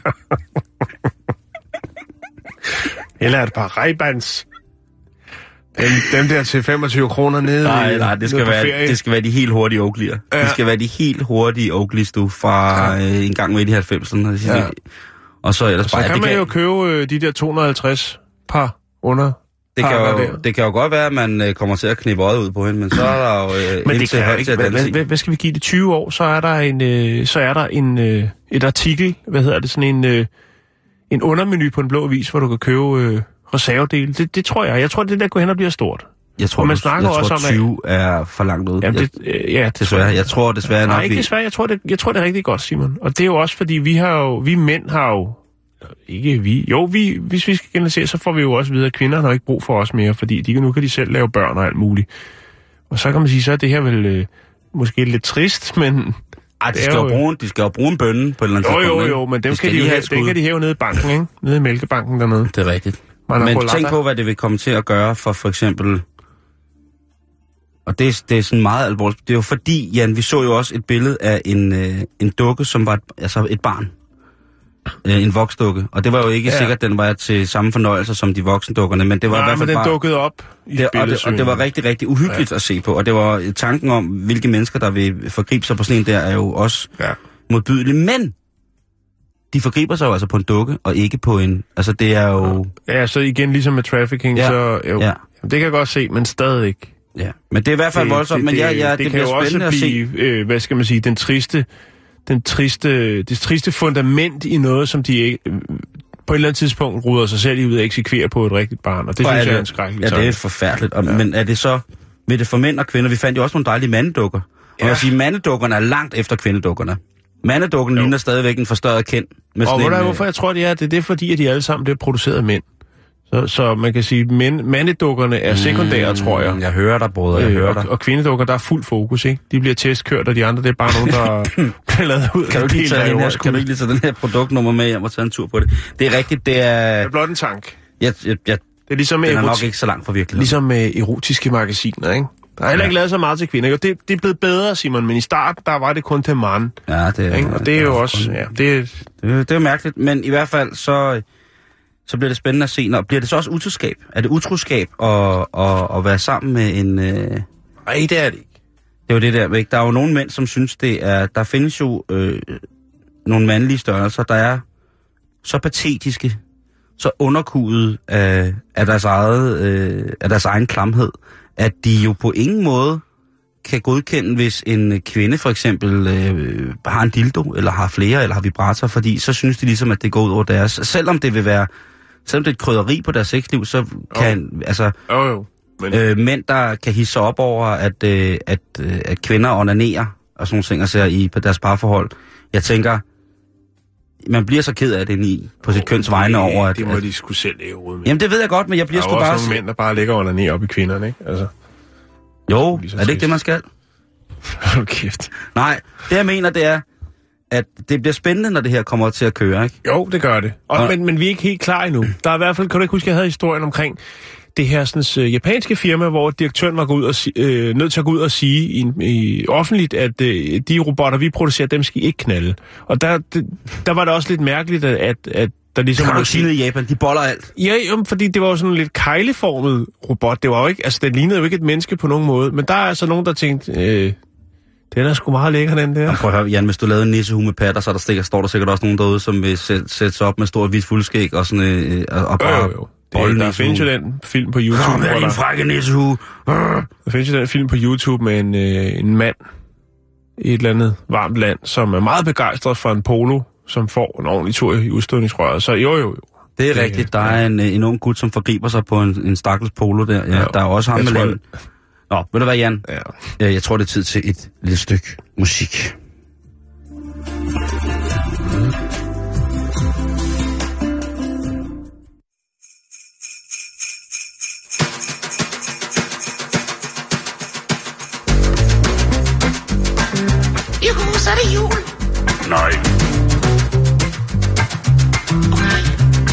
Eller et par Ray-Bans. Dem der til 25 kroner nede. Nej, det skal være de helt hurtige Oakley'er. Ja. Det skal være de helt hurtige Oakleys, du, fra en gang med i 90'erne. Ja. Og så ellers bare... Så kan man jo købe de der 250 par under. Det kan jo godt være, at man kommer til at knippe øjet ud på hende, men så er der jo... men det kan jo ikke... Hvad skal vi give det 20 år? Så er der et artikel, sådan en undermenu på en blå avis, hvor du kan købe reservedele. Det tror jeg. Jeg tror, det der går hen og bliver stort. Jeg tror 20 er for langt ud. Jamen, desværre. Jeg tror desværre nok... Nej, ikke desværre. Jeg tror, det er rigtig godt, Simon. Og det er jo også, fordi vi mænd har jo... Ikke vi. Jo, hvis vi skal generalisere, så får vi jo også videre, at kvinder har ikke brug for os mere, fordi nu kan de selv lave børn og alt muligt. Og så kan man sige, så er det her vel måske lidt trist, men... Ej, de skal jo bruge en bønne på et eller andet tidspunkt. Jo, men dem kan de hæve nede i banken, ikke? Nede i mælkebanken dernede. Det er rigtigt. Men tænk på, hvad det vil komme til at gøre for eksempel... Og det er sådan meget alvorligt. Det er jo fordi, Jan, vi så jo også et billede af en dukke, som var et barn. En voksdukke. Og det var jo ikke sikkert, at den var til samme fornøjelse som de voksendukkerne, men det var i hvert fald men den dukkede op i billedet. Og det var rigtig, rigtig uhyggeligt at se på. Og det var tanken om, hvilke mennesker, der vil forgribe sig på sådan en der, er jo også modbydelig. Men de forgriber sig jo altså på en dukke, og ikke på en... Altså, det er jo... Ja, så igen, ligesom med trafficking, så... Jo, det kan jeg godt se, men stadig. Ja, men det er i hvert fald voldsomt, men det kan jo også blive, hvad skal man sige, det triste fundament i noget, som de ikke, på et eller andet tidspunkt ruder sig selv ud og eksekverer på et rigtigt barn, og det synes jeg er en skrækkelig tanke. Ja, det er forfærdeligt. Men er det så, vil det for mænd og kvinder? Vi fandt jo også nogle dejlige mandedukker. Og jeg sige, mandedukkerne er langt efter kvindedukkerne. Mandedukken ligner stadigvæk en forstørret kind. Hvorfor jeg tror, det er fordi, at de alle sammen bliver produceret af mænd. Så man kan sige, mandedukkerne er sekundære, tror jeg. Jeg hører dig, brødre, jeg hører dig. Og kvindedukker, der er fuld fokus, ikke? De bliver testkørt, og de andre, det er bare nogen, der bliver lavet ud. Kan du ikke lige tage den her produktnummer med hjem og tage en tur på det? Det er rigtigt, det er... Det er blot en tank. Det er ligesom den er nok ikke så langt fra virkeligheden. Ligesom med erotiske magasiner, ikke? Der er heller ikke lavet så meget til kvinder. Jo, det er blevet bedre, Simon, men i starten, der var det kun til mand. Ja, det er... Ikke? Og det er jo også... Ja, det er mærkeligt, men i hvert fald så bliver det spændende at se. Når, bliver det så også utroskab? Er det utroskab at være sammen med en... Nej, det er det ikke. Det er jo det der, ikke? Der er jo nogle mænd, som synes, det er... Der findes jo nogle mandlige størrelser, der er så patetiske, så underkudet af deres egen klamhed, at de jo på ingen måde kan godkende, hvis en kvinde for eksempel har en dildo, eller har flere, eller har vibrator, fordi så synes de ligesom, at det går ud over deres... Selvom det er et krydderi på deres sexliv, så kan mænd, der kan hisse sig op over, at kvinder onanerer, og sådan nogle ting, altså på deres parforhold. Jeg tænker, man bliver så ked af det på sit køns vegne over, at... Det må de sgu selv leve ud med. Jamen, det ved jeg godt, men jeg bliver sgu bare... Der er også nogle mænd, der bare ligger onanerer op i kvinderne, ikke? Altså... Jo, er det ikke det, man skal? Hold kæft. Nej, det jeg mener, det er, at det bliver spændende, når det her kommer til at køre, ikke? Jo, det gør det. Men vi er ikke helt klar endnu. Der er i hvert fald, kan du ikke huske, jeg havde historien omkring det her sådan, japanske firma, hvor direktøren var nødt til at gå ud og sige offentligt, at de robotter, vi producerer, dem skal I ikke knalde. Og der var det også lidt mærkeligt, at der ligesom... Kan du sige noget i Japan? De boller alt. Ja, jo, fordi det var jo sådan en lidt kejleformet robot. Det var jo ikke... Altså, det lignede jo ikke et menneske på nogen måde. Men der er altså nogen, der tænkte... den er sgu meget lækker, den der. Og prøv at høre, Jan, hvis du lavede en nissehue med patter, så står der sikkert også nogen derude, som vil sætte sig op med stor hvidt fuldskæg og sådan... og bare jo. Der findes jo den film på YouTube. Det er en frække nissehue. Der findes jo den film på YouTube med en mand i et eller andet varmt land, som er meget begejstret for en polo, som får en ordentlig tur i udstødningsrøret. Så jo. Det er rigtigt. Der er en ung gut, som forgriber sig på en stakkels polo der. Ja, der er også ham med land. Nå, ved du hvad, Jan? Ja. Jeg tror, det er tid til et lille stykke musik. Juhu, så er det jul. Nej. Okay.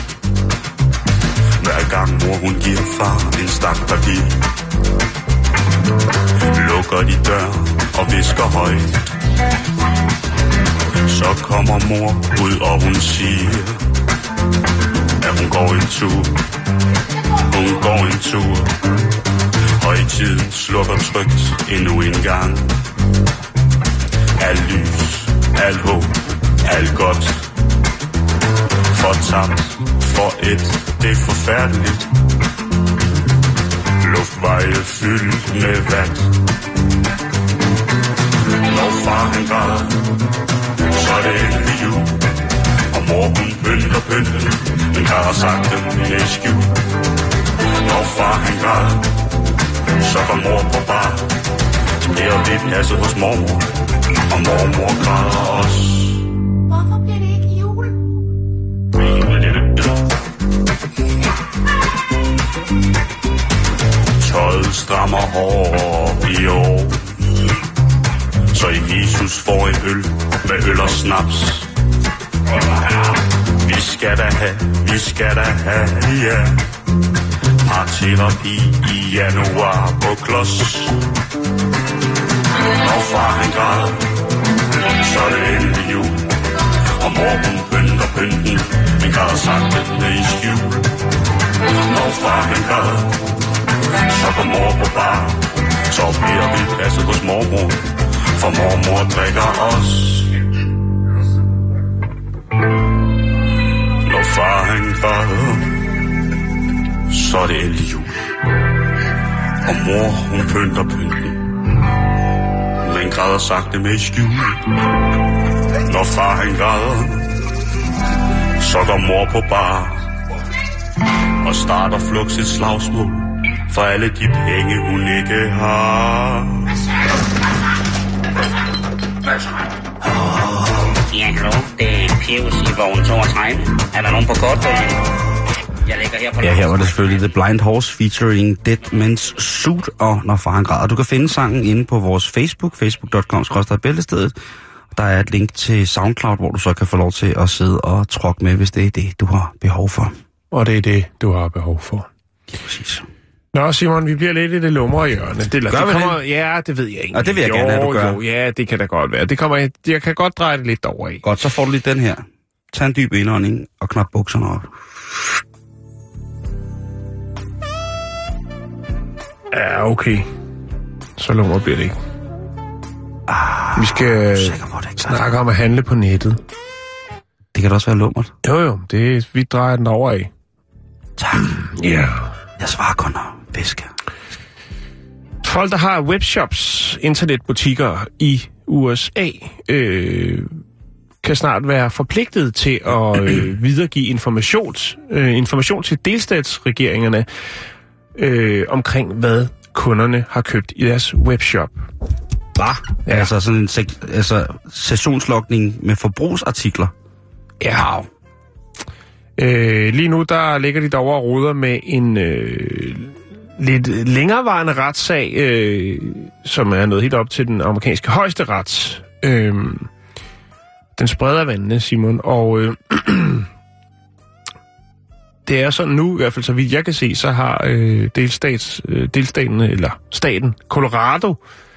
Hver gang mor hun giver far en stak papir, lukker de dør og visker højt, så kommer mor ud og hun siger, at hun går en tur. Hun går en tur. Højtiden slukker trygt endnu en gang. Alt lys, alt håb, alt godt fortabt for det er forfærdeligt. Luftveje fyldt med vand. Når far han græder, så er det endelig jul. Og mor hun pynter pynten, men græder sagte med skjul. Når far han græder, så går mor på bar. Så bliver vi passet hos mormor, og mormor græder også. Hvorfor bliver det ikke jul? Tøjet strammer hårdt i år, så Jesus får en øl med øl og snaps. Vi skal da have, ja. Parterapi i januar på klods. Når far han græder, så er det endelig jul. Og mor hun pynter pynten, men græder sagte med i skjul. Når far han græder, så går mor på bar. Så bliver vi passet hos mormor, for mormor drikker os. Når far han græder, så er det endelig jul. Og mor hun pynter pynten, men græder sagte med i skjul. Når far han græder, så går mor på bar og starter fluks et slagsmål for alle de penge hun ikke har. Ja, hallo, det er Pius i vogn 32. Er der nogen på kort? Jeg ligger her på... Ja, her var det selvfølgelig The Blind Horse featuring Dead Men's Suit og Når far han græder. Du kan finde sangen inde på vores Facebook, facebook.com/bæltestedet. Der er et link til SoundCloud, hvor du så kan få lov til at sidde og trykke med, hvis det er det, du har behov for. Og det er det, du har behov for. Ja, præcis. Nå, Simon, vi bliver lidt i det lumre hjørne. Det kommer, ja, det ved jeg ikke. Og det vil jeg gerne have, du gør. Jo, ja, det kan da godt være. Det kommer, jeg kan godt dreje det lidt over i. Godt, så får du lige den her. Tag en dyb indånding og knap bukserne op. Ja, okay. Så lummer bliver det ikke. Vi skal snakke om at handle på nettet. Det kan da også være lummert. Jo, vi drejer den over af. Tak. Ja. Jeg svarer kun og væske. Folk, der har webshops, internetbutikker i USA, kan snart være forpligtet til at videregive information til delstatsregeringerne omkring, hvad kunderne har købt i deres webshop. Hvad? Ja. Altså sådan en sessionslogning med forbrugsartikler. Ja. Lige nu, der ligger de derovre og roder med en lidt længerevarende retssag, som er nået helt op til den amerikanske højesteret. Den spreder vandene, Simon, og det er sådan nu, i hvert fald så vidt jeg kan se, så har staten Colorado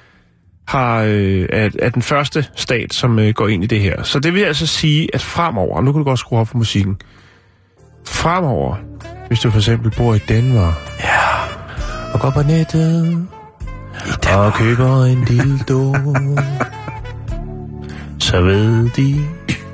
er den første stat, som går ind i det her. Så det vil altså sige, at fremover, nu kan du godt skrue op for musikken, fremover, hvis du for eksempel bor i Danmark, og går på nettet og køber en dildo, så ved de,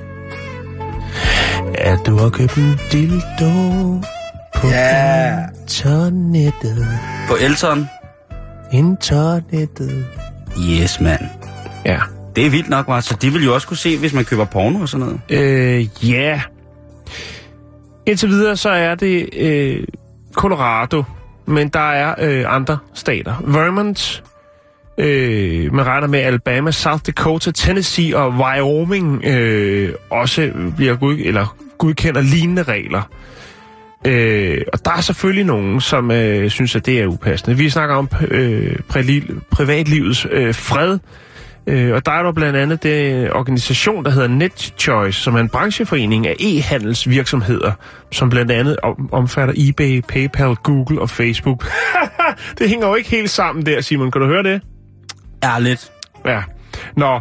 at du har købt en dildo på internettet. På Elton? Internettet. Yes, mand. Ja. Det er vildt nok, var. Så de vil jo også kunne se, hvis man køber porno og sådan noget. Ja. Indtil videre, så er det Colorado, men der er andre stater. Vermont, man regner med Alabama, South Dakota, Tennessee og Wyoming også bliver godkender lignende regler. Og der er selvfølgelig nogen, som synes, at det er upassende. Vi snakker om privatlivets fred. Og der er der blandt andet den organisation, der hedder NetChoice, som er en brancheforening af e-handelsvirksomheder, som blandt andet omfatter eBay, PayPal, Google og Facebook. Det hænger jo ikke helt sammen der, Simon. Kan du høre det? Ja, lidt. Ja. Nå,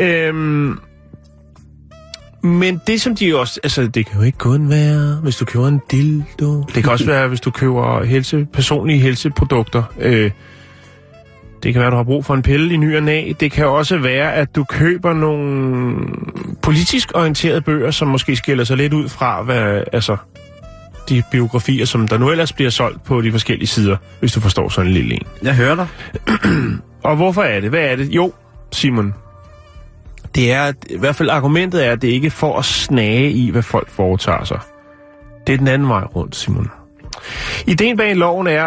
men det som de også, altså det kan jo ikke kun være, hvis du køber en dildo. Det kan også være, hvis du køber personlige helseprodukter. Det kan være, at du har brug for en pille i ny og næ. Det kan også være, at du køber nogle politisk orienterede bøger, som måske skiller sig lidt ud fra, de biografier, som der nu ellers bliver solgt på de forskellige sider, hvis du forstår sådan en lille en. Jeg hører dig. Og hvorfor er det? Hvad er det? Jo, Simon. Det er, i hvert fald argumentet er, at det ikke er for at snage i, hvad folk foretager sig. Det er den anden vej rundt, Simon. Ideen bag loven er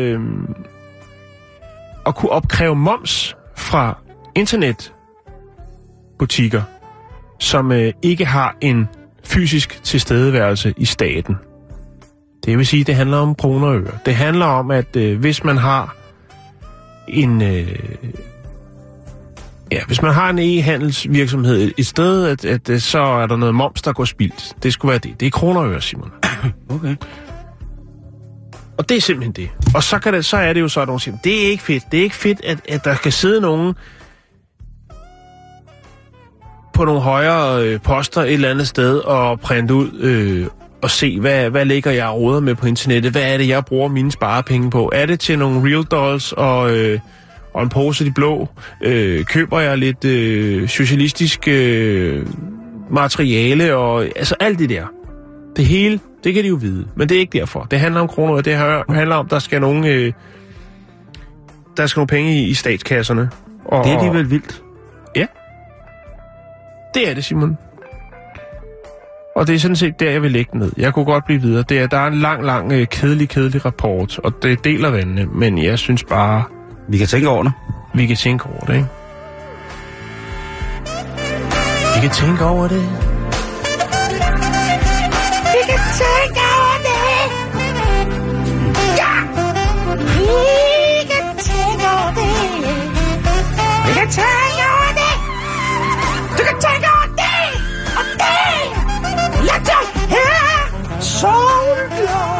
at kunne opkræve moms fra internetbutikker, som ikke har en fysisk tilstedeværelse i staten. Det vil sige, at det handler om kroner og øre. Det handler om, at hvis man har hvis man har en e-handelsvirksomhed et sted, at så er der noget moms, der går spildt. Det skulle være det. Det er kroner og øre, Simon. Okay. Og det er simpelthen det. Og så er det jo så, at nogen siger, det er ikke fedt. Det er ikke fedt, at der kan sidde nogen på nogle højere poster et eller andet sted og printe ud og se, hvad ligger jeg og roder med på internettet? Hvad er det, jeg bruger mine sparepenge på? Er det til nogle real dolls og en pose i blå? Køber jeg lidt socialistisk materiale og altså alt det der? Det hele, det kan de jo vide, men det er ikke derfor. Det handler om kroner, og det handler om, der skal nogle penge i statskasserne. Og, det er alligevel vildt. Ja. Det er det, Simon. Og det er sådan set der, jeg vil lægge den ned. Jeg kunne godt blive videre. Der er en lang, kedelig rapport, og det deler vandene, men jeg synes bare... Vi kan tænke over det. Vi kan tænke over det, ikke? Vi kan tænke over det. Vi kan tænke over det. Ja! Vi kan tænke over det. Vi kan tænke over det. Du kan tænke over det. Og det. Lad dig her. Solglød.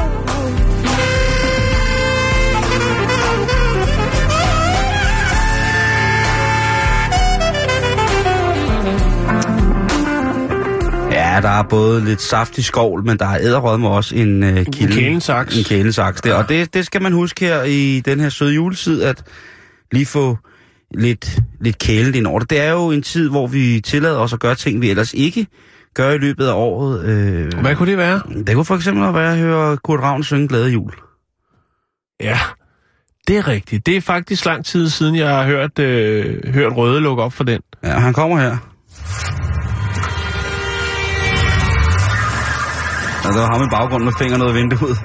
Ja, der er både lidt saftig skovl, men der er edderrødme også en kælensaks. En kælensaks der. Og det skal man huske her i den her søde juletid, at lige få lidt kælet ind over det. Det er jo en tid, hvor vi tillader os at gøre ting, vi ellers ikke gør i løbet af året. Hvad kunne det være? Det kunne for eksempel være at høre Kurt Ravn synge Glade Jul. Ja, det er rigtigt. Det er faktisk lang tid siden, jeg har hørt Røde lukke op for den. Ja, han kommer her. Og der var ham i baggrunden med fingrene ud af vinduet.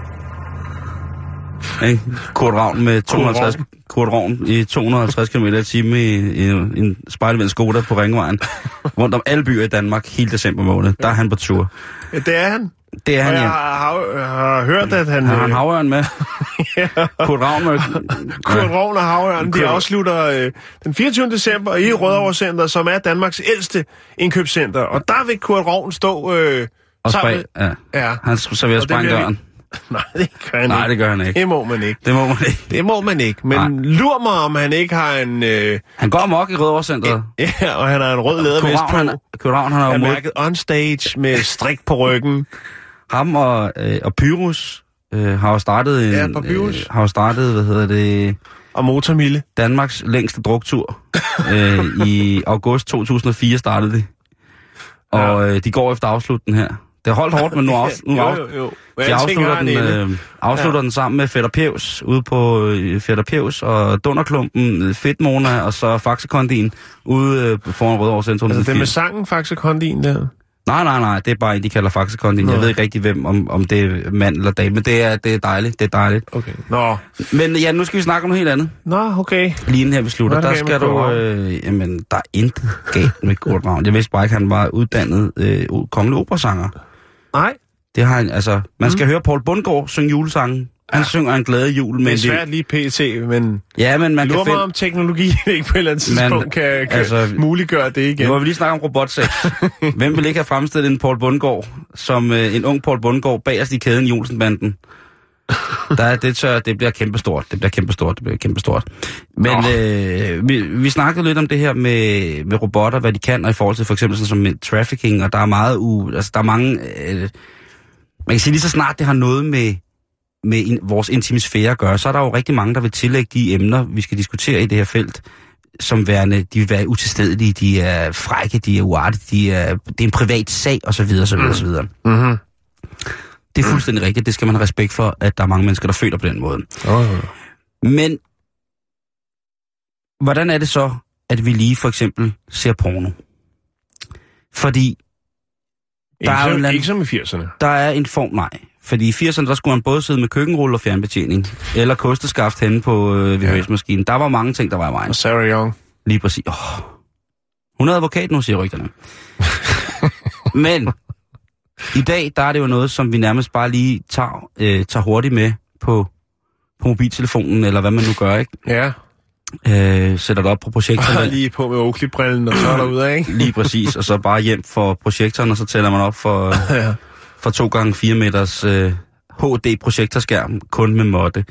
Kurt Ravn med 250, Kurt Ravn i 250 km i timen i en spejlvendt Skoda på Ringvejen. Rundt om alle byer i Danmark hele december måned. Der er han på tur. Ja, det er han. Det er han, ja. Jeg har hørt, at han... Har han havørn med? Ja. Kurt Ravn med... Kurt Ravn og havørn, de afslutter den 24. december i Rødovre Center, som er Danmarks ældste indkøbscenter. Og der vil Kurt Ravn stå... og ja. Han serverer sprængdøren. Nej, det gør han ikke. Nej, det gør han ikke. Det må man ikke. Det må man ikke. Men nej. Lur mig, om han ikke har en... Han går amok i Rødovre Centeret. Ja, og han har en rød lædervest på. Kurt Ravn, han har mærket on stage med strik på ryggen. Ham og Pyrus har jo startet har jo startet, Og Motormille. Danmarks længste druktur. I august 2004 startede det. Og de går efter at afslutte den her. Det har holdt hårdt, men nu de afslutter den sammen med Fætter Pjevs ude på Fætter Pjevs og Dunderklumpen, Fedtmona og så Faxe-Kondien ude foran Rødovre Centrum. Altså det med sangen Faxe-Kondien der? Nej, det er bare en, de kalder Faxe-Kondien. Jeg ved ikke rigtig, om det er mand eller dame, men det er dejligt, det er dejligt. Okay. Nå. Men ja, nu skal vi snakke om noget helt andet. Nå, okay. Lige inden her vi slutter, der skal du... jamen, der er intet galt med Kurt Ravn. Jeg vidste bare ikke, han var uddannet kongelig operasanger. Nej. Det har han, altså... Man skal høre Poul Bundgaard synge julesangen. Han synger en glade jul. Men det er svært lige pt, men... Ja, men man kan mig om teknologi ikke på et eller andet tidspunkt kan muliggøre det igen. Nu har vi lige snakket om robotsex. Hvem vil ikke have fremstillet en Poul Bundgaard som en ung Poul Bundgaard bagerst i kæden i Olsenbanden? Det bliver kæmpestort. Men vi snakkede lidt om det her med robotter, hvad de kan, og i forhold til for eksempel sådan som med trafficking, og der er meget der er mange... man kan sige lige så snart det har noget med vores intimisfære at gøre, så er der jo rigtig mange, der vil tillægge de emner, vi skal diskutere i det her felt, som værende, de vil være utilstedelige, de er frække, de er uartige, det er en privat sag, osv. osv. Mm-hmm. Det er fuldstændig rigtigt, det skal man have respekt for, at der er mange mennesker, der føler på den måde. Men, hvordan er det så, at vi lige for eksempel ser porno? Fordi, ikke som i 80'erne. Der er en form, nej. Fordi i 80'erne, der skulle man både sidde med køkkenrulle og fjernbetjening, eller kosteskaft henne på VHS-maskinen. Der var mange ting, der var i vejen. Og Sarah Young. Lige præcis. Hun er advokat nu, siger rygterne. Men i dag, der er det jo noget, som vi nærmest bare lige tager hurtigt med på mobiltelefonen, eller hvad man nu gør, ikke? Ja. Sætter det op på projektoren. Lige på med Oakley-brillen, og så er der ude, ikke? Lige præcis, og så bare hjem for projektoren, og så tæller man op for 2x4 meters HD-projektorskærm, kun med måtte.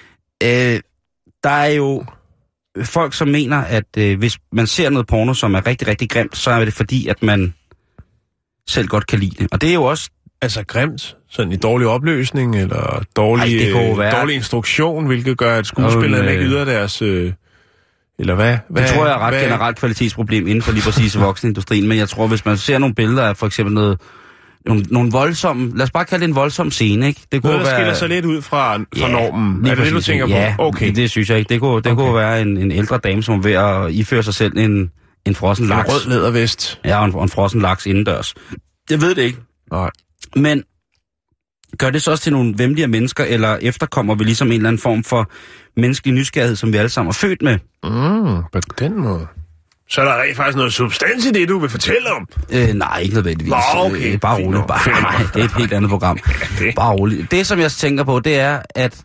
Der er jo folk, som mener, at hvis man ser noget porno, som er rigtig, rigtig grimt, så er det fordi, at man selv godt kan lide det. Og det er jo også... Altså grimt? Sådan i dårlig opløsning, eller dårlig instruktion, hvilket gør, at skuespillerne ikke yder deres... Eller hvad? Det tror jeg er ret generelt kvalitetsproblem inden for lige præcis voksenindustrien, men jeg tror, hvis man ser nogle billeder af for eksempel nogle voldsomme... Lad os bare kalde det en voldsom scene, ikke? Det kunne noget, der skiller sig lidt ud fra normen. Er det det, du tænker på? Ja, okay. Det synes jeg ikke. Det kunne være en ældre dame, som er ved at iføre sig selv en frossen laks. En rød lædervest. Ja, og en frossen laks indendørs. Jeg ved det ikke. Nej. Men gør det så også til nogle væmmelige mennesker, eller efterkommer vi ligesom en eller anden form for menneskelig nysgerrighed, som vi alle sammen er født med? På den måde. Så er der rent faktisk noget substans i det, du vil fortælle om? Nej, ikke nødvendigvis. Nå, okay. Bare roligt. Nej, det er et helt andet program. Bare roligt. Det, som jeg tænker på, det er, at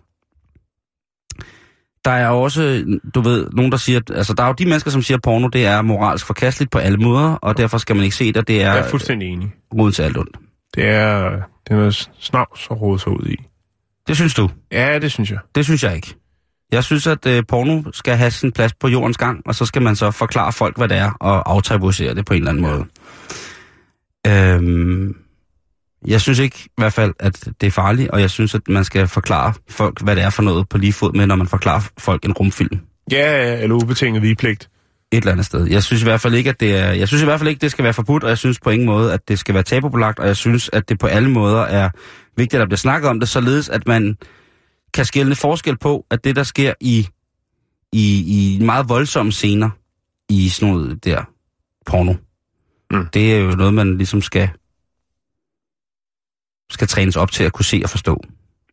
der er også, du ved, nogen, der siger, altså der er jo de mennesker, som siger, at porno, det er moralsk forkasteligt på alle måder, og derfor skal man ikke se det, det er... Jeg er fuldstændig enig. Roden til alt ondt. Det er noget snavs at rode sig ud i. Det synes du? Ja, det synes jeg. Det synes jeg ikke. Jeg synes, at porno skal have sin plads på jordens gang, og så skal man så forklare folk, hvad det er, og aftabuisere det på en eller anden måde. Jeg synes ikke i hvert fald, at det er farligt, og jeg synes, at man skal forklare folk, hvad det er for noget på lige fod med, når man forklarer folk en rumfilm. Ja, eller ubetinget vigepligt. Et eller andet sted. Jeg synes i hvert fald ikke, at det skal være forbudt, og jeg synes på ingen måde, at det skal være tabubelagt, og jeg synes, at det på alle måder er vigtigt, at der bliver snakket om det, således at man kan skelne forskel på, at det, der sker i meget voldsomme scener i sådan noget der porno, det er jo noget, man ligesom skal trænes op til at kunne se og forstå.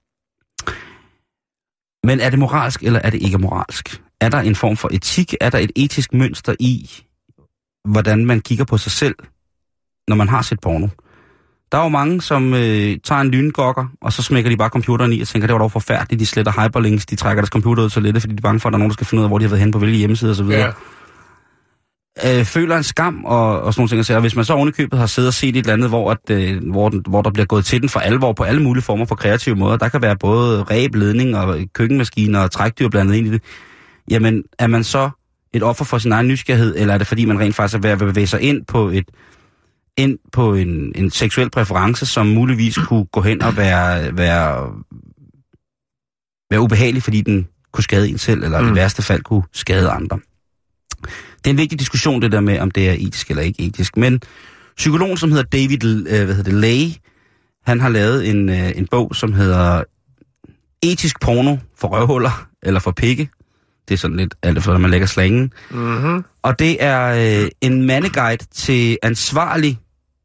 Men er det moralsk, eller er det ikke moralsk? Er der en form for etik? Er der et etisk mønster i, hvordan man kigger på sig selv, når man har set porno? Der er jo mange, som tager en lyngokker, og så smækker de bare computeren i og tænker, det var dog forfærdeligt, de sletter hyperlinks, de trækker deres computer ud så lidt, fordi de er bange for, at der er nogen, der skal finde ud af, hvor de har været henne på hvilke hjemmesider osv. Ja. Føler en skam og sådan nogle ting. Og hvis man så ovenikøbet har siddet og set et eller andet, hvor der bliver gået til den for alvor på alle mulige former for kreative måder, der kan være både ræb, ledning og køkkenmaskiner og trækdyr blandet ind i det, jamen er man så et offer for sin egen nysgerrighed, eller er det fordi, man rent faktisk er ved at bevæge sig ind på ind på en seksuel præference, som muligvis kunne gå hen og være ubehagelig, fordi den kunne skade en selv, eller i værste fald kunne skade andre. Det er en vigtig diskussion, det der med, om det er etisk eller ikke etisk. Men psykologen, som hedder David Ley, han har lavet en bog, som hedder Etisk porno for røvhuller, eller for pikke. Det er sådan lidt alt for, når man lægger slangen. Mm-hmm. Og det er en mandeguide til ansvarlig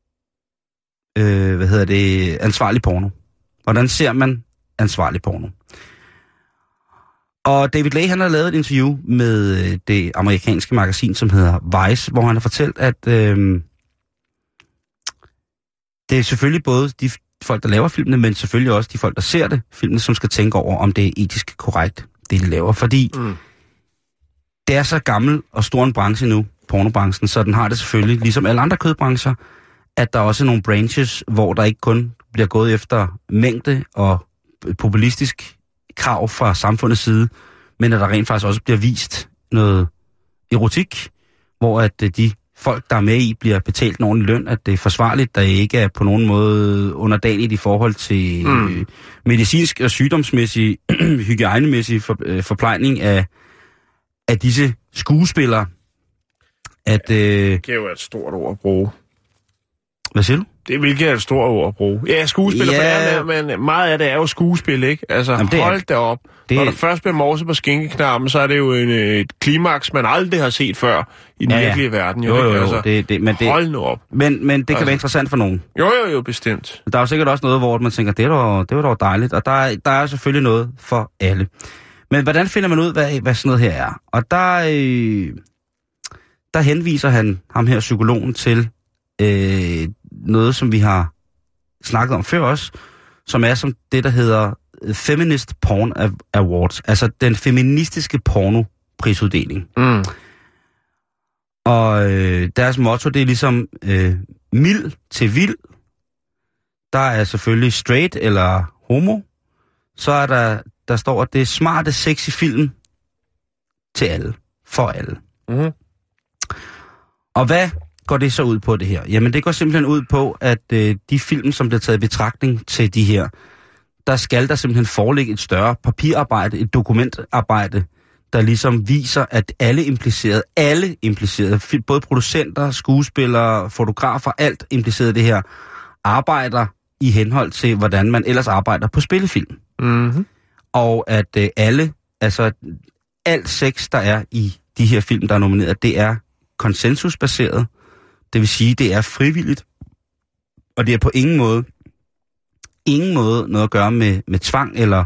ansvarlig porno. Hvordan ser man ansvarlig porno? Og David Ley, han har lavet et interview med det amerikanske magasin, som hedder Vice, hvor han har fortalt, at det er selvfølgelig både de folk, der laver filmene, men selvfølgelig også de folk, der ser filmene, som skal tænke over, om det er etisk korrekt, det de laver. Fordi det er så gammel og stor en branche nu, pornobranchen, så den har det selvfølgelig, ligesom alle andre kødbrancher, at der også er nogle branches, hvor der ikke kun bliver gået efter mængde og populistisk krav fra samfundets side, men at der rent faktisk også bliver vist noget erotik, hvor at de folk, der er med i, bliver betalt en ordentlig løn, at det er forsvarligt, der ikke er på nogen måde underdanigt i forhold til medicinsk og sygdomsmæssig, hygiejnemæssig forplejning af disse skuespillere. At, det er jo et stort ord at bruge. Hvad siger du? Det hvilket er et stort ord at bruge. Ja, skuespiller, ja. Men meget af det er jo skuespil, ikke? Altså, jamen, hold da op. Når der først bliver morset på skinkeknappen, så er det jo et klimaks, man aldrig har set før i den virkelige verden. Jo. Altså, hold nu op. Men det kan være interessant for nogen. Jo, bestemt. Der er jo sikkert også noget, hvor man tænker, det var dog dejligt, og der er selvfølgelig noget for alle. Men hvordan finder man ud, hvad sådan noget her er? Og der henviser ham her, psykologen, til noget, som vi har snakket om før også, som er som det, der hedder Feminist Porn Awards, altså den feministiske pornoprisuddeling. Mm. Og deres motto, det er ligesom mild til vild. Der er selvfølgelig straight eller homo. Så er der står, at det er smarte, sexy film til alle. For alle. Mm. Og hvad går det så ud på, det her? Jamen, det går simpelthen ud på, at de film, som bliver taget i betragtning til de her, der skal der simpelthen foreligge et større papirarbejde, et dokumentarbejde, der ligesom viser, at alle implicerede, både producenter, skuespillere, fotografer, alt impliceret i det her, arbejder i henhold til, hvordan man ellers arbejder på spillefilm. Mm-hmm. Og at alt sex, der er i de her film, der er nomineret, det er konsensusbaseret. Det vil sige, det er frivilligt, og det er på ingen måde noget at gøre med tvang eller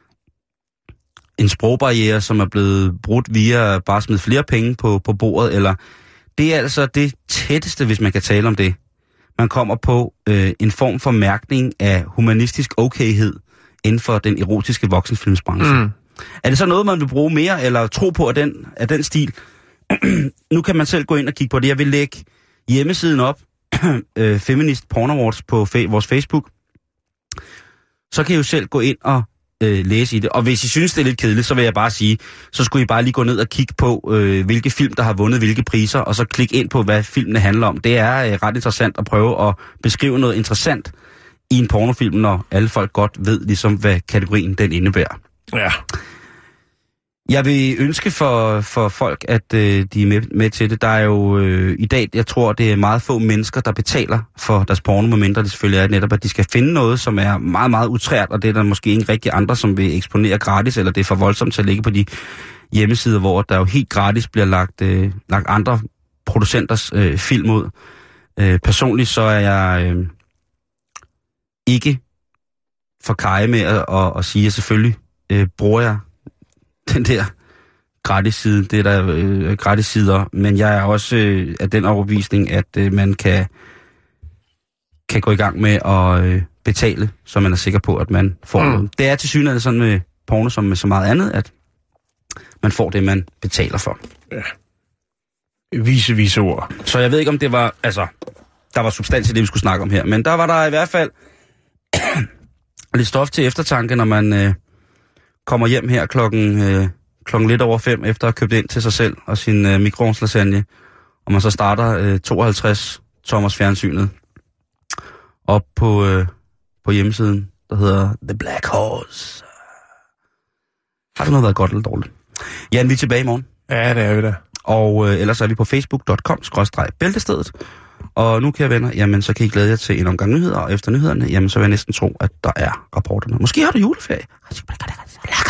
en sprogbarriere, som er blevet brudt via bare at smide flere penge på bordet. Eller det er altså det tætteste, hvis man kan tale om det. Man kommer på en form for mærkning af humanistisk okayhed inden for den erotiske voksenfilmsbranche. Mm. Er det så noget, man vil bruge mere, eller tro på af den stil? Nu kan man selv gå ind og kigge på det. Jeg vil lægge hjemmesiden op, Feminist Porn Awards, på vores Facebook. Så kan I jo selv gå ind og læse i det. Og hvis I synes, det er lidt kedeligt, så vil jeg bare sige, så skulle I bare lige gå ned og kigge på, hvilke film, der har vundet hvilke priser, og så klik ind på, hvad filmene handler om. Det er ret interessant at prøve at beskrive noget interessant i en pornofilm, når alle folk godt ved, ligesom, hvad kategorien den indebærer. Ja. Jeg vil ønske for folk, at de er med til det. Der er jo i dag, jeg tror, det er meget få mennesker, der betaler for deres porno, medmindre det selvfølgelig er netop, at de skal finde noget, som er meget, meget utrært, og det er der måske ikke rigtig andre, som vil eksponere gratis, eller det er for voldsomt til at ligge på de hjemmesider, hvor der jo helt gratis bliver lagt andre producenters film ud. Personligt så er jeg ikke for kaj med at sige, at selvfølgelig bruger jeg den der gratis side, det der gratis sider, men jeg er også af den overbevisning, at man kan gå i gang med at betale, så man er sikker på, at man får noget. Det er tilsyneladende sådan med porno som med så meget andet, at man får det, man betaler for. Ja. Vise ord. Så jeg ved ikke, om det var, der var substans i det, vi skulle snakke om her, men der var der i hvert fald lidt stof til eftertanke, når man kommer hjem her klokken lidt over 5, efter at have købt ind til sig selv og sin mikroovnslasagne, og man så starter Thomas Fjernsynet. Op på hjemmesiden, der hedder The Black Horse. Har det noget været godt eller dårligt? Jan, vi er tilbage i morgen. Ja, det er vi da. Og ellers er vi på facebook.com/bæltestedet. Og nu, kære venner, jamen så kan I glæde jer til en omgang nyheder, og efter nyhederne, jamen så vil jeg næsten tro, at der er rapporterne. Måske har du juleferie.